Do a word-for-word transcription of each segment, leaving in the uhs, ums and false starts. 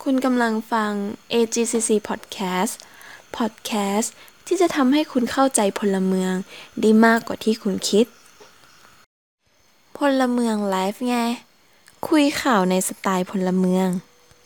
คุณกำลังฟัง เอ จี ซี ซี Podcast Podcast ที่จะทำให้คุณเข้าใจพลเมืองได้มากกว่าที่คุณคิดพลเมืองไลฟ์ไงคุยข่าวในสไตล์พลเมือง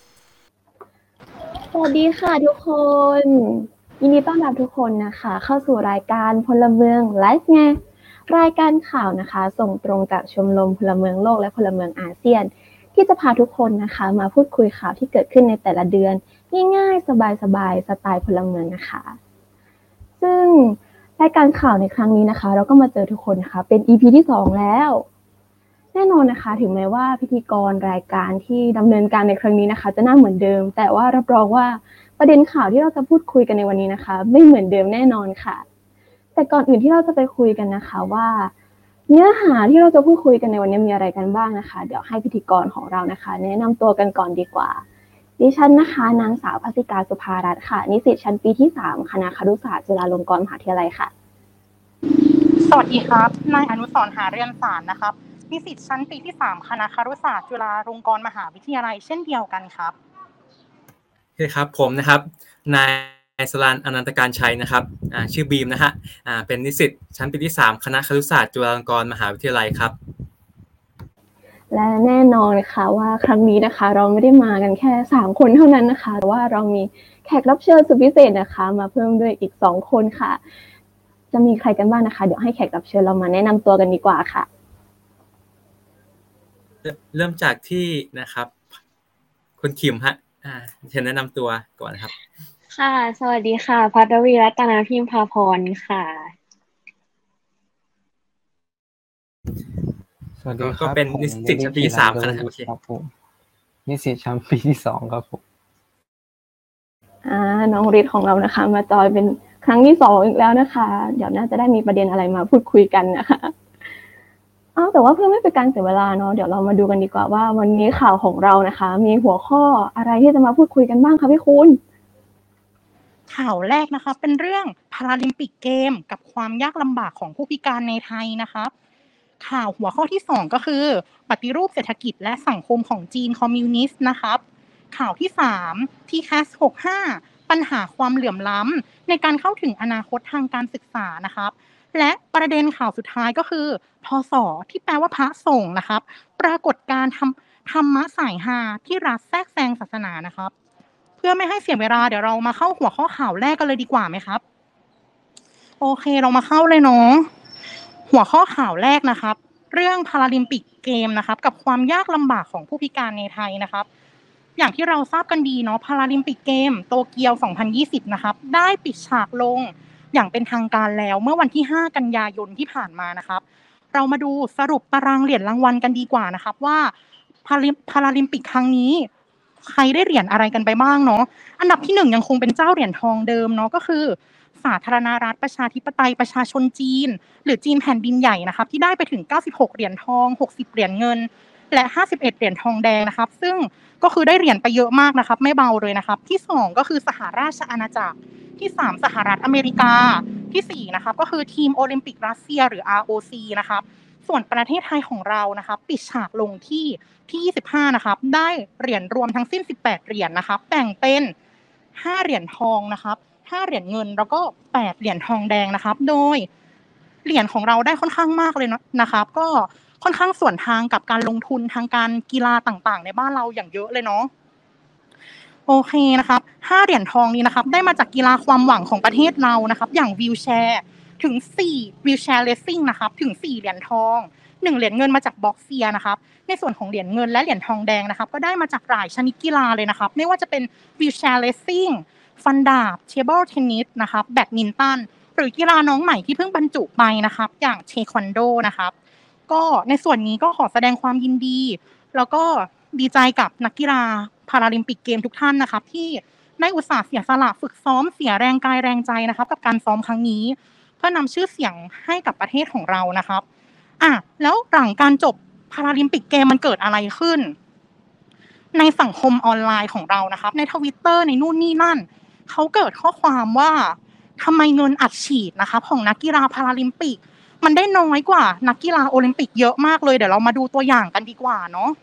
สวัสดีค่ะทุกคนยินดีต้อนรับทุกคนนะคะเข้าสู่รายการพลเมืองไลฟ์ไงรายการข่าวนะคะส่งตรงจากชมรมพลเมืองโลกและพลเมืองอาเซียนที่จะพาทุกคนนะคะมาพูดคุยข่าวที่เกิดขึ้นในแต่ละเดือนง่ายๆสบายๆสไตล์พลเมืองนะคะซึ่งรายการข่าวในครั้งนี้นะคะเราก็มาเจอทุกคนนะคะเป็น อี พี ที่สองแล้วแน่นอนนะคะถึงแม้ว่าพิธีกรรายการที่ดำเนินการในครั้งนี้นะคะจะหน้าเหมือนเดิมแต่ว่ารับรองว่าประเด็นข่าวที่เราจะพูดคุยกันในวันนี้นะคะไม่เหมือนเดิมแน่นอนค่ะแต่ก่อนอื่นที่เราจะไปคุยกันนะคะว่าเนื้อหาที่เราจะพูดคุยกันในวันนี้มีอะไรกันบ้างนะคะเดี๋ยวให้พิธีกรของเรานะคะแนะนำตัวกันก่อนดีกว่าดิฉันนะคะนางสาวภัสสิกาสุภารัตน์ค่ะนิสิตชั้นปีที่สามคณะครุศาสตร์จุฬาลงกรณ์มหาวิทยาลัยค่ะสวัสดีครับนายอนุสรณ์หาเรือนสารนะครับนิสิตชั้นปีที่สามคณะครุศาสตร์จุฬาลงกรณ์มหาวิทยาลัยเช่นเดียวกันครับโอเคครับผมนะครับนายสรัญอนันตการชัยนะครับอ่าชื่อบีมนะฮะอ่าเป็นนิสิตชั้นปีที่สามคณะครุศาสตร์จุฬาลงกรณ์มหาวิทยาลัยครับและแน่นอนค่ะว่าครั้งนี้นะคะเราไม่ได้มากันแค่สามคนเท่านั้นนะคะแต่ว่าเรามีแขกรับเชิญสุดพิเศษนะคะมาเพิ่มด้วยอีกสองคนค่ะจะมีใครกันบ้างนะคะเดี๋ยวให้แขกรับเชิญเรามาแนะนำตัวกันดีกว่าค่ะเริ่มจากที่นะครับคุณคิมฮะอ่าเชิญแนะนำตัวก่อนนะครับค่ะสวัสดีค่ะภัทรวีรัตนาพิมพาพรค่ะสวัสดีครับก็เป็นนิสิตชั้นปีที่สามคณะโอเคครับผมนิสิตชั้นปีที่สองครับผมอ่าน้องฤทธิ์ของเรานะคะมาจอยเป็นครั้งที่สองอีกแล้วนะคะเดี๋ยวน่าจะได้มีประเด็นอะไรมาพูดคุยกันนะคะอ้าวแต่ว่าเพื่อไม่เป็นการเสียเวลาเนาะเดี๋ยวเรามาดูกันดีกว่าว่าวันนี้ข่าวของเรานะคะมีหัวข้ออะไรที่จะมาพูดคุยกันบ้างคะพี่คุณข่าวแรกนะคะเป็นเรื่องพาราลิมปิกเกมกับความยากลำบากของผู้พิการในไทยนะคะข่าวหัวข้อที่สองก็คือปฏิรูปเศรษฐกิจและสังคมของจีนคอมมิวนิสต์นะครับข่าวที่สาม ที แคส หกสิบห้าปัญหาความเหลื่อมล้ำในการเข้าถึงอนาคตทางการศึกษานะครับและประเด็นข่าวสุดท้ายก็คือพศที่แปลว่าพระสงฆ์นะครับปรากฏการณ์ทำธรรมะสายฮาที่รัฐแทรกแซงศาสนานะครับเพื่อไม่ให้เสียเวลาเดี๋ยวเรามาเข้าหัวข้อข่าวแรกกันเลยดีกว่าไหมครับโอเคเรามาเข้าเลยเนาะหัวข้อข่าวแรกนะครับเรื่องพาราลิมปิกเกมนะครับกับความยากลำบากของผู้พิการในไทยนะครับอย่างที่เราทราบกันดีเนาะพาราลิมปิกเกมโตเกียวสองพันยี่สิบนะครับได้ปิดฉากลงอย่างเป็นทางการแล้วเมื่อวันที่ห้ากันยายนที่ผ่านมานะครับเรามาดูสรุปตารางเหรียญรางวัลกันดีกว่านะครับว่าพาราลิมปิกครั้งนี้ใครได้เหรียญอะไรกันไปบ้างเนาะอันดับที่หนึ่งยังคงเป็นเจ้าเหรียญทองเดิมเนาะก็คือสาธารณรัฐประชาธิปไตยประชาชนจีนหรือจีนแผ่นดินใหญ่นะครับที่ได้ไปถึงเก้าสิบหกเหรียญทองหกสิบเหรียญเงินและห้าสิบเอ็ดเหรียญทองแดงนะครับซึ่งก็คือได้เหรียญไปเยอะมากนะครับไม่เบาเลยนะครับที่สองก็คือสหราชอาณาจักรที่สามสหรัฐอเมริกาที่สี่นะครับก็คือทีมโอลิมปิกรัสเซียหรือ อาร์ โอ ซี นะครับส่วนประเทศไทยของเรานะครับปิดฉากลงที่ที่ยี่สิบห้านะครับได้เหรียญรวมทั้งสิ้นสิบแปดเหรียญนะครับแบ่งเป็นห้าเหรียญทองนะครับห้าเหรียญเงินแล้วก็แปดเหรียญทองแดงนะครับโดยเหรียญของเราได้ค่อนข้างมากเลยนะครับก็ค่อนข้างส่วนทางกับการลงทุนทางการกีฬาต่างๆในบ้านเราอย่างเยอะเลยเนาะโอเคนะครับห้าเหรียญทองนี้นะครับได้มาจากกีฬาความหวังของประเทศเรานะครับอย่างวีลแชร์ถึงสี่วีลแชร์เลสซิ่งนะครับถึงสี่เหรียญทองหนึ่งเหรียญเงินมาจากบ็อกเซียนะครับในส่วนของเหรียญเงินและเหรียญทองแดงนะครับก็ได้มาจากหลายชนิดกีฬาเลยนะครับไม่ว่าจะเป็นวีลแชร์เลสซิ่งฟันดาบเทเบิลเทนนิสนะครับแบดมินตันหรือกีฬาน้องใหม่ที่เพิ่งบรรจุไปนะครับอย่างเทควันโดนะครับก็ในส่วนนี้ก็ขอแสดงความยินดีแล้วก็ดีใจกับนักกีฬาพาราลิมปิกเกมทุกท่านนะครับที่ได้อุตส่าห์เสียสละฝึกซ้อมเสียแรงกายแรงใจนะครับกับการซ้อมครั้งนี้เพื่อนำชื่อเสียงให้กับประเทศของเรานะครับอ่ะแล้วหลังการจบพาราลิมปิกเกมมันเกิดอะไรขึ้นในสังคมออนไลน์ของเรานะครับใน Twitter ในนู่นนี่นั่นเขาเกิดข้อความว่าทำไมเงินอัดฉีดนะคะของนักกีฬาพาราลิมปิกมันได้น้อยกว่านักกีฬาโอลิมปิกเยอะมากเลยเดี๋ยวเรามาดูตัวอย่างกันดีกว่าเนาะ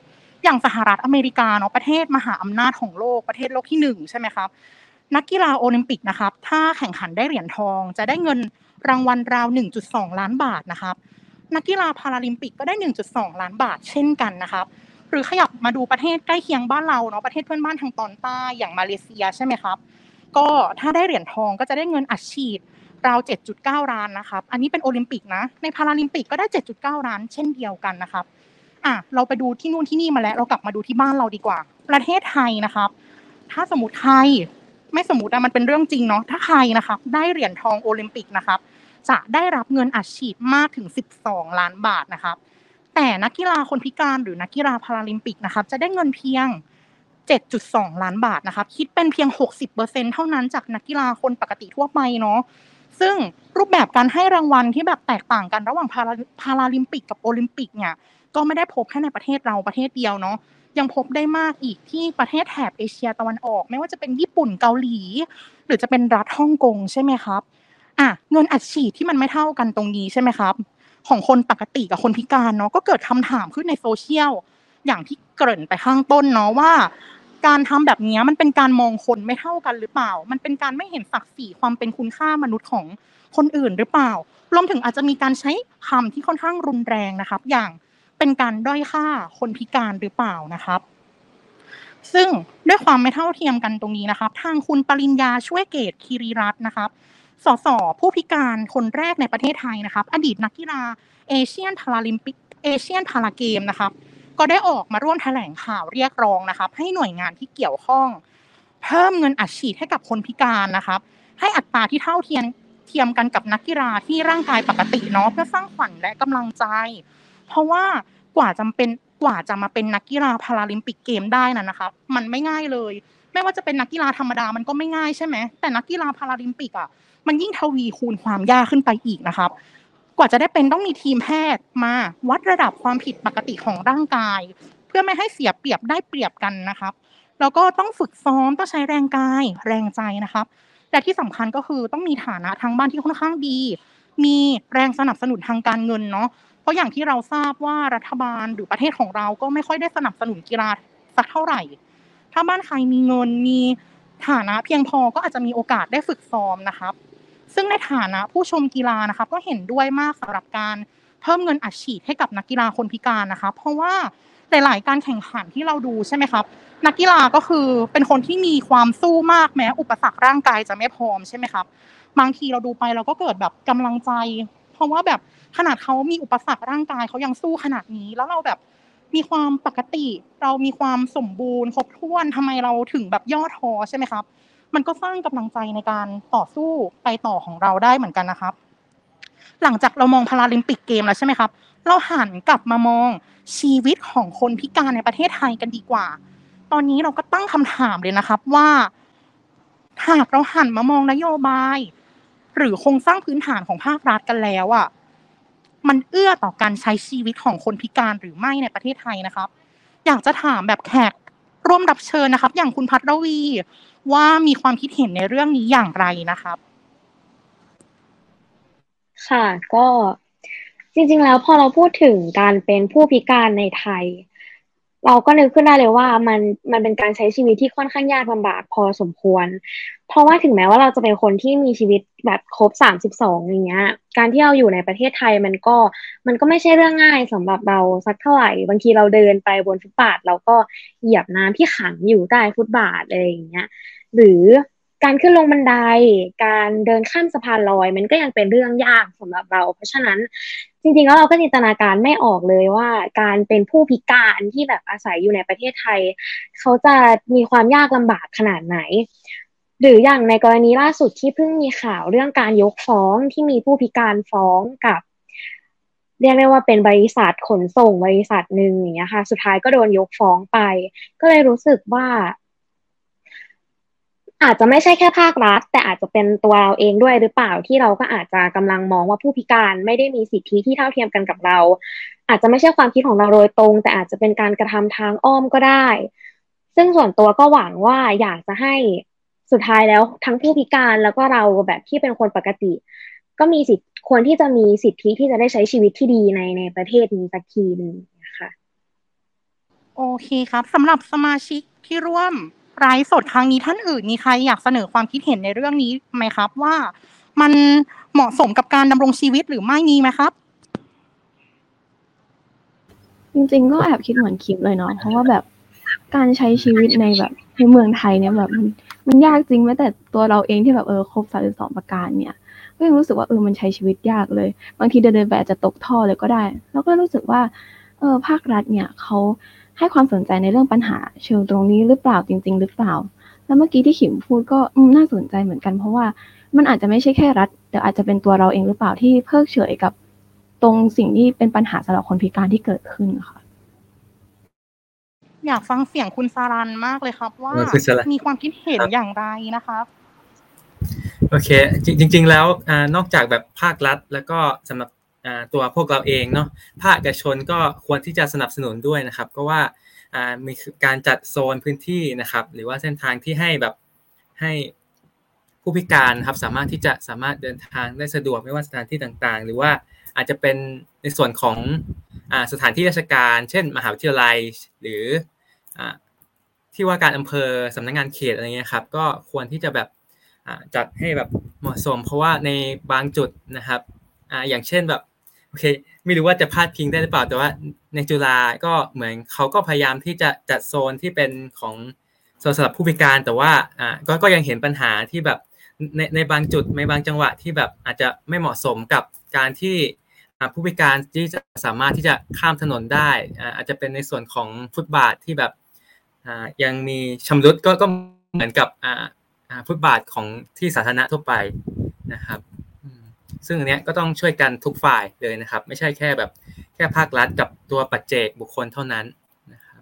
อย่างสหรัฐอเมริกาเนาะประเทศมหาอำนาจของโลกประเทศโลกที่หนึ่งใช่ไหมครับนักกีฬาโอลิมปิกนะครับถ้าแข่งขันได้เหรียญทองจะได้เงินรางวัลราว หนึ่งจุดสอง ล้านบาทนะครับนักกีฬาพาราลิมปิกก็ได้ หนึ่งจุดสอง ล้านบาทเช่นกันนะครับหรือขยับมาดูประเทศใกล้เคียงบ้านเราเนาะประเทศเพื่อนบ้านทางตอนใต้อย่างมาเลเซียใช่ไหมครับก็ถ้าได้เหรียญทองก็จะได้เงินอัดฉีดราว เจ็ดจุดเก้า ล้านนะครับอันนี้เป็นโอลิมปิกนะในพาราลิมปิกก็ได้ เจ็ดจุดเก้า ล้านเช่นเดียวกันนะครับอ่ะเราไปดูที่นู่นที่นี่มาแล้วเรากลับมาดูที่บ้านเราดีกว่าประเทศไทยนะครับถ้าสมมติไทยไม่สมมตินะมันเป็นเรื่องจริงเนาะถ้าใครนะครับได้เหรียญทองโอลิมปิกนะครับจะได้รับเงินอัดฉีดมากถึงสิบสองล้านบาทนะครับแต่นักกีฬาคนพิการหรือนักกีฬาพาราลิมปิกนะครับจะได้เงินเพียง เจ็ดจุดสอง ล้านบาทนะครับคิดเป็นเพียง หกสิบเปอร์เซ็นต์ เท่านั้นจากนักกีฬาคนปกติทั่วไปเนาะซึ่งรูปแบบการให้รางวัลที่แบบแตกต่างกันระหว่างพาราพาราลิมปิกกับโอลิมปิกเนี่ยก็ไม่ได้พบแค่ในประเทศเราประเทศเดียวเนาะยังพบได้มากอีกที่ประเทศแถบเอเชียตะวันออกไม่ว่าจะเป็นญี่ปุ่นเกาหลีหรือจะเป็นรัฐฮ่องกงใช่ไหมครับอ่ะเงินอัดฉีดที่มันไม่เท่ากันตรงนี้ใช่ไหมครับของคนปกติกับคนพิการเนาะก็เกิดคำถามขึ้นในโซเชียลอย่างที่เกริ่นไปข้างต้นเนาะว่าการทำแบบนี้มันเป็นการมองคนไม่เท่ากันหรือเปล่ามันเป็นการไม่เห็นศักดิ์ศรีความเป็นคุณค่ามนุษย์ของคนอื่นหรือเปล่ารวมถึงอาจจะมีการใช้คำที่ค่อนข้างรุนแรงนะครับอย่างเป็นการด้อยค่าคนพิการหรือเปล่านะครับซึ่งด้วยความไม่เท่าเทียมกันตรงนี้นะครับทางคุณปริญญาช่วยเกตคีรีรัตน์นะครับสสผู้พิการคนแรกในประเทศไทยนะครับอดีตนักกีฬาเอเชียนพาราลิมปิกเอเชียนพาราเกมนะครับก็ได้ออกมาร่วมแถลงข่าวเรียกร้องนะครับให้หน่วยงานที่เกี่ยวข้องเพิ่มเงินอัดฉีดให้กับคนพิการนะครับให้อัตราที่เท่าเทียมเทียมกันกับนักกีฬาที่ร่างกายปกติเนาะเพื่อสร้างขวัญและกำลังใจเพราะว่ากว่าจะเป็นกว่าจะมาเป็นนักกีฬาพาราลิมปิกเกมได้นะนะครับมันไม่ง่ายเลยไม่ว่าจะเป็นนักกีฬาธรรมดามันก็ไม่ง่ายใช่ไหมแต่นักกีฬาพาราลิมปิกอ่ะมันยิ่งทวีคูณความยากขึ้นไปอีกนะครับกว่าจะได้เป็นต้องมีทีมแพทย์มาวัดระดับความผิดปกติของร่างกายเพื่อไม่ให้เสียเปรียบได้เปรียบกันนะครับแล้วก็ต้องฝึกซ้อมต้องใช้แรงกายแรงใจนะครับและที่สำคัญก็คือต้องมีฐานะทางบ้านที่ค่อนข้างดีมีแรงสนับสนุนทางการเงินเนาะเพราะอย่างที่เราทราบว่ารัฐบาลหรือประเทศของเราก็ไม่ค่อยได้สนับสนุนกีฬาสักเท่าไหร่ถ้าบ้านใครมีเงินมีฐานะเพียงพอก็อาจจะมีโอกาสได้ฝึกซ้อมนะครับซึ่งในฐานะผู้ชมกีฬานะครับก็เห็นด้วยมากสำหรับการเพิ่มเงินอัดฉีดให้กับนักกีฬาคนพิการนะคะเพราะว่าหลายๆการแข่งขันที่เราดูใช่ไหมครับนักกีฬาก็คือเป็นคนที่มีความสู้มากแม้อุปสรรคร่างกายจะไม่พร้อมใช่ไหมครับบางทีเราดูไปเราก็เกิดแบบกำลังใจเพราะว่าแบบขนาดเขามีอุปสรรคร่างกายเขายังสู้ขนาดนี้แล้วเราแบบมีความปกติเรามีความสมบูรณ์ครบถ้วนทำไมเราถึงแบบย่อท้อใช่ไหมครับมันก็สร้างกำลังใจในการต่อสู้ไปต่อของเราได้เหมือนกันนะครับหลังจากเรามองพาราลิมปิกเกมแล้วใช่ไหมครับเราหันกลับมามองชีวิตของคนพิการในประเทศไทยกันดีกว่าตอนนี้เราก็ตั้งคำถามเลยนะครับว่าหากเราหันมามองนโยบายหรือโครงสร้างพื้นฐานของภาครัฐกันแล้วอ่ะมันเอื้อต่อการใช้ชีวิตของคนพิการหรือไม่ในประเทศไทยนะครับอยากจะถามแบบแขกร่วมรับเชิญนะครับอย่างคุณภัทรวีว่ามีความคิดเห็นในเรื่องนี้อย่างไรนะครับค่ะก็จริงๆแล้วพอเราพูดถึงการเป็นผู้พิการในไทยเราก็นึกขึ้นได้เลยว่ามันมันเป็นการใช้ชีวิตที่ค่อนข้างยากลำบากพอสมควรเพราะว่าถึงแม้ว่าเราจะเป็นคนที่มีชีวิตแบบครบสามสิบสองอย่างเงี้ยการที่เราอยู่ในประเทศไทยมันก็มันก็ไม่ใช่เรื่องง่ายสำหรับเราสักเท่าไหร่บางทีเราเดินไปบนฟุตบาทเราก็เหยียบน้ำที่ขังอยู่ใต้ฟุตบาทอะไรอย่างเงี้ยหรือการขึ้นลงบันไดการเดินข้ามสะพานลอยมันก็ยังเป็นเรื่องยากสำหรับเราเพราะฉะนั้นจริงๆแล้วเราก็จินตนาการไม่ออกเลยว่าการเป็นผู้พิการที่แบบอาศัยอยู่ในประเทศไทยเขาจะมีความยากลำบากขนาดไหนหรืออย่างในกรณีล่าสุดที่เพิ่งมีข่าวเรื่องการยกฟ้องที่มีผู้พิการฟ้องกับเรียกได้ว่าเป็นบริษัทขนส่งบริษัทหนึ่งอย่างเงี้ยค่ะสุดท้ายก็โดนยกฟ้องไปก็เลยรู้สึกว่าอาจจะไม่ใช่แค่ภาครัฐแต่อาจจะเป็นตัวเราเองด้วยหรือเปล่าที่เราก็อาจจะกำลังมองว่าผู้พิการไม่ได้มีสิทธิที่เท่าเทียมกันกับเราอาจจะไม่ใช่ความคิดของเราโดยตรงแต่อาจจะเป็นการกระทำทางอ้อมก็ได้ซึ่งส่วนตัวก็หวังว่าอยากจะให้สุดท้ายแล้วทั้งผู้พิการแล้วก็เราแบบที่เป็นคนปกติก็มีสิทธิ์ควรที่จะมีสิทธิที่จะได้ใช้ชีวิตที่ดีในในประเทศนี้สักทีนึงนะคะโอเคครับสำหรับสมาชิกที่ร่วมไลฟ์สดครั้งนี้ท่านอื่นมีใครอยากเสนอความคิดเห็นในเรื่องนี้ไหมครับว่ามันเหมาะสมกับการดำรงชีวิตหรือไม่มีไหมครับจริงๆก็แอบคิดเหมือนคิมเลยเนาะเพราะว่าแบบการใช้ชีวิตในแบบในเมืองไทยเนี่ยแบบมันมันยากจริงแม้แต่ตัวเราเองที่แบบเออครบสามสิบสองประการเนี่ยก็ยังรู้สึกว่าเออมันใช้ชีวิตยากเลยบางทีเดินๆไปอาจจะตกท่อเลยก็ได้แล้วก็รู้สึกว่าเออภาครัฐเนี่ยเขาให้ความสนใจในเรื่องปัญหาเชิงตรงนี้หรือเปล่าจริงๆหรือเปล่าแล้วเมื่อกี้ที่ขิมพูดก็อืมน่าสนใจเหมือนกันเพราะว่ามันอาจจะไม่ใช่แค่รัฐแต่อาจจะเป็นตัวเราเองหรือเปล่าที่เพิกเฉยกับตรงสิ่งที่เป็นปัญหาสำหรับคนพิการที่เกิดขึ้นค่ะอยากฟังเสียงคุณสารันมากเลยครับว่ามีความคิดเห็นอย่างไรนะครับโอเคจริงๆแล้วนอกจากแบบภาครัฐแล้วก็สำหรับตัวพวกเราเองเนาะภาคเอกชนก็ควรที่จะสนับสนุนด้วยนะครับก็ว่ามีการจัดโซนพื้นที่นะครับหรือว่าเส้นทางที่ให้แบบให้ผู้พิการครับสามารถที่จะสามารถเดินทางได้สะดวกไม่ว่าสถานที่ต่างๆหรือว่าอาจจะเป็นในส่วนของสถานที่ราชการเช่นมหาวิทยาลัยหรือที่ว่าการอำเภอสำนักงานเขตอะไรเงี้ยครับก็ควรที่จะแบบจัดให้แบบเหมาะสมเพราะว่าในบางจุดนะครับอ่าอย่างเช่นแบบโอเคไม่รู้ว่าจะพาดพิงได้หรือเปล่าแต่ว่าในจุฬาก็เหมือนเขาก็พยายามที่จะจัดโซนที่เป็นของโซนสำหรับผู้พิการแต่ว่าอ่าก็ก็ยังเห็นปัญหาที่แบบในในบางจุดในบางจังหวะที่แบบอาจจะไม่เหมาะสมกับการที่ผู้พิการที่จะสามารถที่จะข้ามถนนได้อ่าอาจจะเป็นในส่วนของฟุตบาทที่แบบอ่ายังมีชำรุดก็ก็เหมือนกับอ่าฟุตบาทของที่สาธารณะทั่วไปนะครับซึ่งอันเนี้ยก็ต้องช่วยกันทุกฝ่ายเลยนะครับไม่ใช่แค่แบบแค่ภาครัฐกับตัวปัจเจกบุคคลเท่านั้นนะครับ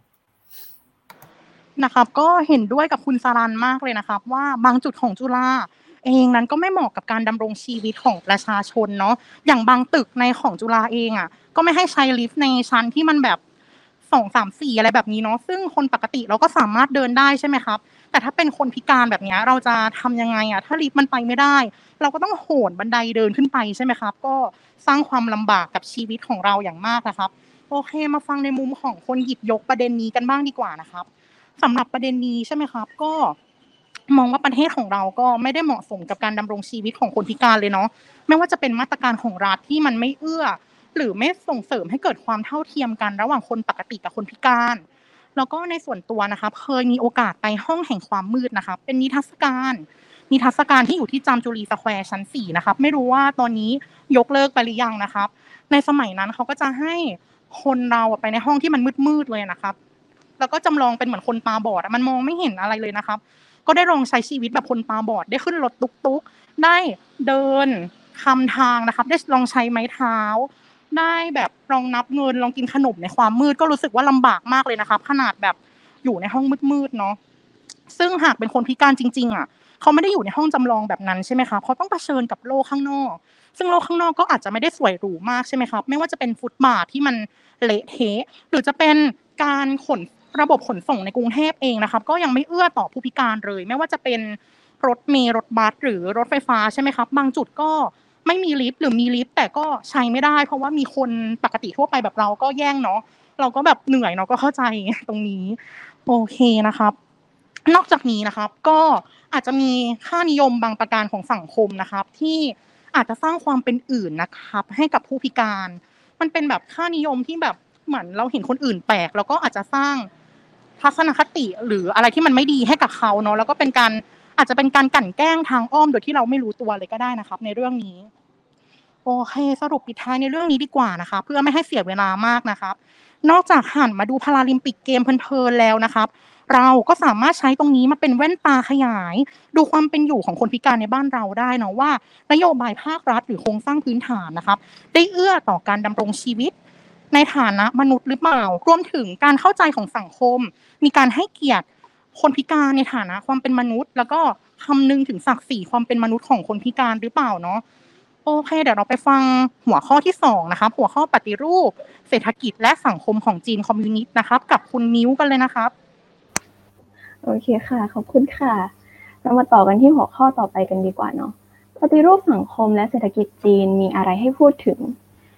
นะครับก็เห็นด้วยกับคุณสารันมากเลยนะครับว่าบางจุดของจุฬาเองนั้นก็ไม่เหมาะกับการดำรงชีวิตของประชาชนเนาะอย่างบางตึกในของจุฬาเองอ่ะก็ไม่ให้ใช้ลิฟต์ในชั้นที่มันแบบสองสามสี่อะไรแบบนี้เนาะซึ่งคนปกติเราก็สามารถเดินได้ใช่ไหมครับแต่ถ้าเป็นคนพิการแบบนี้เราจะทำยังไงอ่ะถ้าลิฟต์มันไปไม่ได้เราก็ต้องโหนบันไดเดินขึ้นไปใช่ไหมครับก็สร้างความลำบากกับชีวิตของเราอย่างมากนะครับโอเคมาฟังในมุมของคนหยิบยกประเด็นนี้กันบ้างดีกว่านะครับสำหรับประเด็นนี้ใช่ไหมครับก็มองว่าประเทศของเราก็ไม่ได้เหมาะสมกับการดำรงชีวิตของคนพิการเลยเนาะไม่ว่าจะเป็นมาตรการของรัฐที่มันไม่เอื้อหรือไม่ส่งเสริมให้เกิดความเท่าเทียมกันระหว่างคนปกติกับคนพิการแล้วก็ในส่วนตัวนะครับเคยมีโอกาสไปห้องแห่งความมืดนะครับเป็นนิทรรศการนิทรรศการที่อยู่ที่จามจุรีสแควร์ชั้นสี่นะครับไม่รู้ว่าตอนนี้ยกเลิกไปหรือยังนะครับในสมัยนั้นเขาก็จะให้คนเราไปในห้องที่มันมืดๆเลยนะครับแล้วก็จำลองเป็นเหมือนคนตาบอดมันมองไม่เห็นอะไรเลยนะครับก็ได้ลองใช้ชีวิตแบบคนตาบอดได้ขึ้นรถตุ๊กๆได้เดินคำทางนะครับได้ลองใช้ไม้เท้าได้แบบลองนับเงินลองกินขนมในความมืดก็รู้สึกว่าลำบากมากเลยนะครับขนาดแบบอยู่ในห้องมืดๆเนาะซึ่งหากเป็นคนพิการจริงๆอ่ะเขาไม่ได้อยู่ในห้องจำลองแบบนั้นใช่ไหมครับเขาต้องเผชิญกับโลกข้างนอกซึ่งโลกข้างนอกก็อาจจะไม่ได้สวยหรูมากใช่ไหมครับไม่ว่าจะเป็นฟุตบาทที่มันเละเทะหรือจะเป็นการขนระบบขนส่งในกรุงเทพเองนะครับก็ยังไม่เอื้อต่อผู้พิการเลยไม่ว่าจะเป็นรถเมล์รถบัสหรือรถไฟฟ้าใช่ไหมครับบางจุดก็ไม่มีลิฟต์หรือมีลิฟต์แต่ก็ใช้ไม่ได้เพราะว่ามีคนปกติทั่วไปแบบเราก็แย่งเนาะเราก็แบบเหนื่อยเนาะก็เข้าใจตรงนี้โอเคนะครับนอกจากนี้นะครับก็อาจจะมีค่านิยมบางประการของสังคมนะครับที่อาจจะสร้างความเป็นอื่นนะครับให้กับผู้พิการมันเป็นแบบค่านิยมที่แบบเหมือนเราเห็นคนอื่นแปลกแล้วก็อาจจะสร้างทัศนคติหรืออะไรที่มันไม่ดีให้กับเขาเนาะแล้วก็เป็นการอาจจะเป็นการกลั่นแกล้งทางอ้อมโดยที่เราไม่รู้ตัวเลยก็ได้นะครับในเรื่องนี้โอเคสรุปปิดท้ายในเรื่องนี้ดีกว่านะคะเพื่อไม่ให้เสียเวลามากนะครับนอกจากหันมาดูพาราลิมปิกเกมเพลินๆแล้วนะครับเราก็สามารถใช้ตรงนี้มาเป็นแว่นตาขยายดูความเป็นอยู่ของคนพิการในบ้านเราได้เนาะว่านโยบายภาครัฐหรือโครงสร้างพื้นฐานนะครับได้เอื้อต่อการดำรงชีวิตในฐานะมนุษย์หรือเปล่ารวมถึงการเข้าใจของสังคมมีการให้เกียรติคนพิการในฐานะความเป็นมนุษย์แล้วก็คำนึงถึงศักดิ์ศรีความเป็นมนุษย์ของคนพิการหรือเปล่าเนาะโอเคเดี๋ยวเราไปฟังหัวข้อที่สองนะครับหัวข้อปฏิรูปเศรษฐกิจและสังคมของจีนคอมมิวนิสต์นะครับกับคุณมิ้วกันเลยนะครับโอเคค่ะขอบคุณค่ะเรามาต่อกันที่หัวข้อต่อไปกันดีกว่าเนาะปฏิรูปสังคมและเศรษฐกิจจีนมีอะไรให้พูดถึง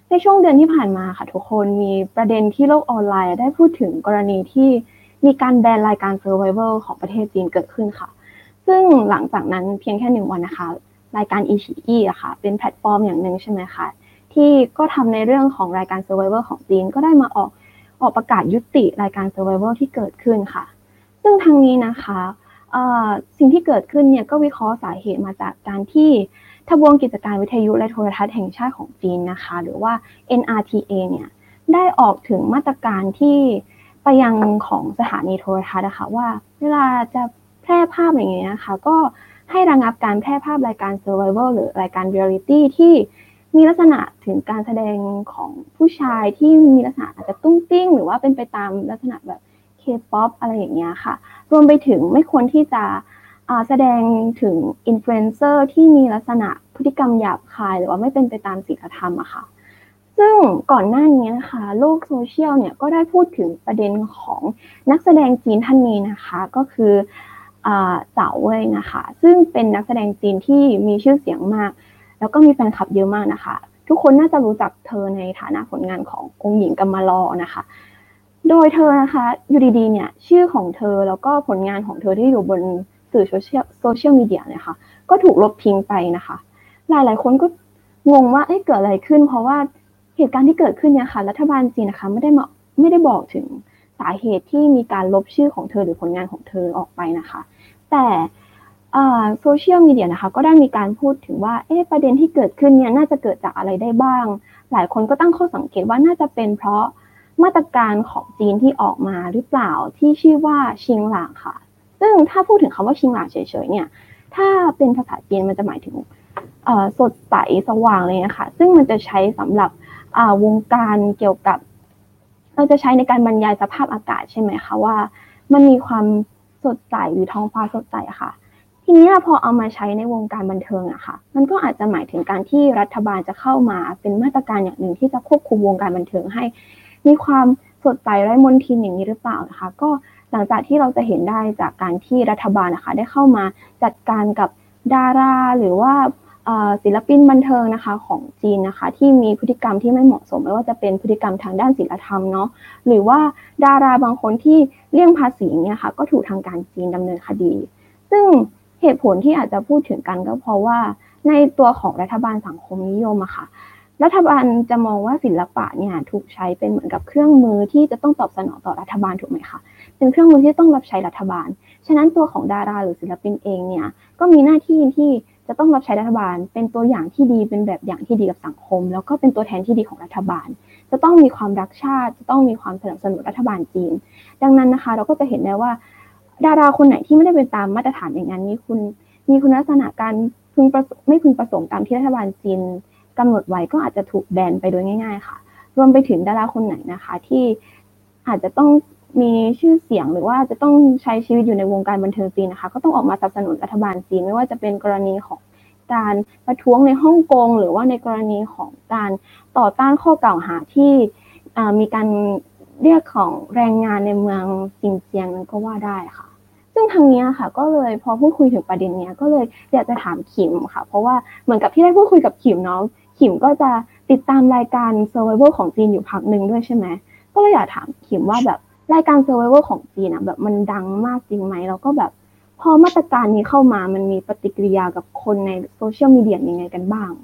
ในช่วงเดือนที่ผ่านมาค่ะทุกคนมีประเด็นที่โลกออนไลน์ได้พูดถึงกรณีที่มีการแบนรายการ Survival ของประเทศจีนเกิดขึ้นค่ะซึ่งหลังจากนั้นเพียงแค่หนึ่งวันนะคะรายการอีฉีอี้อะค่ะเป็นแพลตฟอร์มอย่างหนึ่งใช่ไหมคะที่ก็ทำในเรื่องของรายการ Survival ของจีนก็ได้มาออกออกประกาศยุติรายการ Survival ที่เกิดขึ้นค่ะซึ่งทางนี้นะคะสิ่งที่เกิดขึ้นเนี่ยก็วิเคราะห์สาเหตุมาจากการที่ทบวงกิจการวิทยุและโทรทัศน์แห่งชาติของจีนนะคะหรือว่า เอ็น อาร์ ที เอ เนี่ยได้ออกถึงมาตรการที่ไปยังของสถานีโทรทัศน์นะคะว่าเวลาจะแพร่ภาพอย่างเงี้ยนะคะก็ให้ระงับการแพร่ภาพรายการ Survival หรือรายการ Reality ที่มีลักษณะถึงการแสดงของผู้ชายที่มีลักษณะอาจจะตุ้งติ้งหรือว่าเป็นไปตามลักษณะแบบ K-pop อะไรอย่างเงี้ยค่ะรวมไปถึงไม่ควรที่จะแสดงถึงอินฟลูเอนเซอร์ที่มีลักษณะพฤติกรรมหยาบคายหรือว่าไม่เป็นไปตามศีลธรรมอะค่ะซึ่งก่อนหน้านี้นะคะโลกโซเชียลเนี่ยก็ได้พูดถึงประเด็นของนักแสดงจีนท่านนี้นะคะก็คือเจ๋าเว่ยนะคะซึ่งเป็นนักแสดงจีนที่มีชื่อเสียงมากแล้วก็มีแฟนคลับเยอะมากนะคะทุกคนน่าจะรู้จักเธอในฐานะผลงานขององค์หญิงกัมมาลอนะคะโดยเธอนะคะอยู่ดีๆเนี่ยชื่อของเธอแล้วก็ผลงานของเธอที่อยู่บนสื่อโซเชียลโซเชียลมีเดียเนี่ยค่ะก็ถูกลบทิ้งไปนะคะหลายๆคนก็งงว่าเอ๊ะเกิดอะไรขึ้นเพราะว่าเหตุการณ์ที่เกิดขึ้นเนี่ยค่ะรัฐบาลจีนนะคะไม่ได้มาไม่ได้บอกถึงสาเหตุที่มีการลบชื่อของเธอหรือผลงานของเธอออกไปนะคะแต่โซเชียลมีเดียนะคะก็ได้มีการพูดถึงว่าเอ๊ะประเด็นที่เกิดขึ้นเนี่ยน่าจะเกิดจากอะไรได้บ้างหลายคนก็ตั้งข้อสังเกตว่าน่าจะเป็นเพราะมาตรการของจีนที่ออกมาหรือเปล่าที่ชื่อว่าชิงหลางค่ะซึ่งถ้าพูดถึงคำว่าชิงหลางเฉยๆเนี่ยถ้าเป็นภาษาจีนมันจะหมายถึงสดใสสว่างเลยนะคะซึ่งมันจะใช้สำหรับวงการเกี่ยวกับเราจะใช้ในการบรรยายสภาพอากาศใช่ไหมคะว่ามันมีความสดใสหรือท้องฟ้าสดใสค่ะทีนี้พอเอามาใช้ในวงการบันเทิงอะค่ะมันก็อาจจะหมายถึงการที่รัฐบาลจะเข้ามาเป็นมาตรการอย่างหนึ่งที่จะควบคุมวงการบันเทิงให้มีความสดใสไร้มลทินอย่างนี้หรือเปล่านะคะก็หลังจากที่เราจะเห็นได้จากการที่รัฐบาลนะคะได้เข้ามาจัดการกับดาราหรือว่าศิลปินบันเทิงนะคะของจีนนะคะที่มีพฤติกรรมที่ไม่เหมาะสมไม่ว่าจะเป็นพฤติกรรมทางด้านศีลธรรมเนาะหรือว่าดาราบางคนที่เลี่ยงภาษีเนี่ยค่ะก็ถูกทางการจีนดำเนินคดีซึ่งเหตุผลที่อาจจะพูดถึงกันก็เพราะว่าในตัวของรัฐบาลสังคมนิยมอะค่ะรัฐบาลจะมองว่าศิลปะเนี่ยถูกใช้เป็นเหมือนกับเครื่องมือที่จะต้องตอบสนองต่อรัฐบาลถูกไหมคะเป็นเครื่องมือที่ต้องรับใช้รัฐบาลฉะนั้นตัวของดาราหรือศิลปินเองเนี่ยก็มีหน้าที่ที่จะต้องรับใช้รัฐบาลเป็นตัวอย่างที่ดีเป็นแบบอย่างที่ดีกับสังคมแล้วก็เป็นตัวแทนที่ดีของรัฐบาลจะต้องมีความรักชาติจะต้องมีความสนับสนุนรัฐบาลจีนดังนั้นนะคะเราก็จะเห็นได้ว่าดาราคนไหนที่ไม่ได้เป็นตามมาตรฐานอย่างนั้นนี่คุณมีคุณลักษณะการพึงไม่พึงประสงค์ตามที่รัฐบาลจีนกำหนดไว้ก็อาจจะถูกแบนไปโดยง่ายๆค่ะรวมไปถึงดาราคนไหนนะคะที่อาจจะต้องมีชื่อเสียงหรือว่าจะต้องใช้ชีวิตอยู่ในวงการบันเทิงจีนนะคะก็ต้องออกมาสนับสนุนรัฐบาลจีนไม่ว่าจะเป็นกรณีของการประท้วงในฮ่องกงหรือว่าในกรณีของการต่อต้านข้อกล่าวหาที่มีการเรียกของแรงงานในเมืองซินเจียงนั้นก็ว่าได้ค่ะซึ่งทางนี้ค่ะก็เลยพอพูดคุยถึงประเด็นนี้ก็เลยอยากจะถามขิมค่ะเพราะว่าเหมือนกับที่ได้พูดคุยกับขิมเนาะขิมก็จะติดตามรายการ Survival ของจีนอยู่พักนึงด้วยใช่ไหมก็เลยอยากถามขิมว่าแบบรายการ Survival ของจีนนะแบบมันดังมากจริงไหมแล้วก็แบบพอมาตรการนี้เข้ามามันมีปฏิกิริยากับคนในโซเชียลมีเดียยังไงกันบ้าง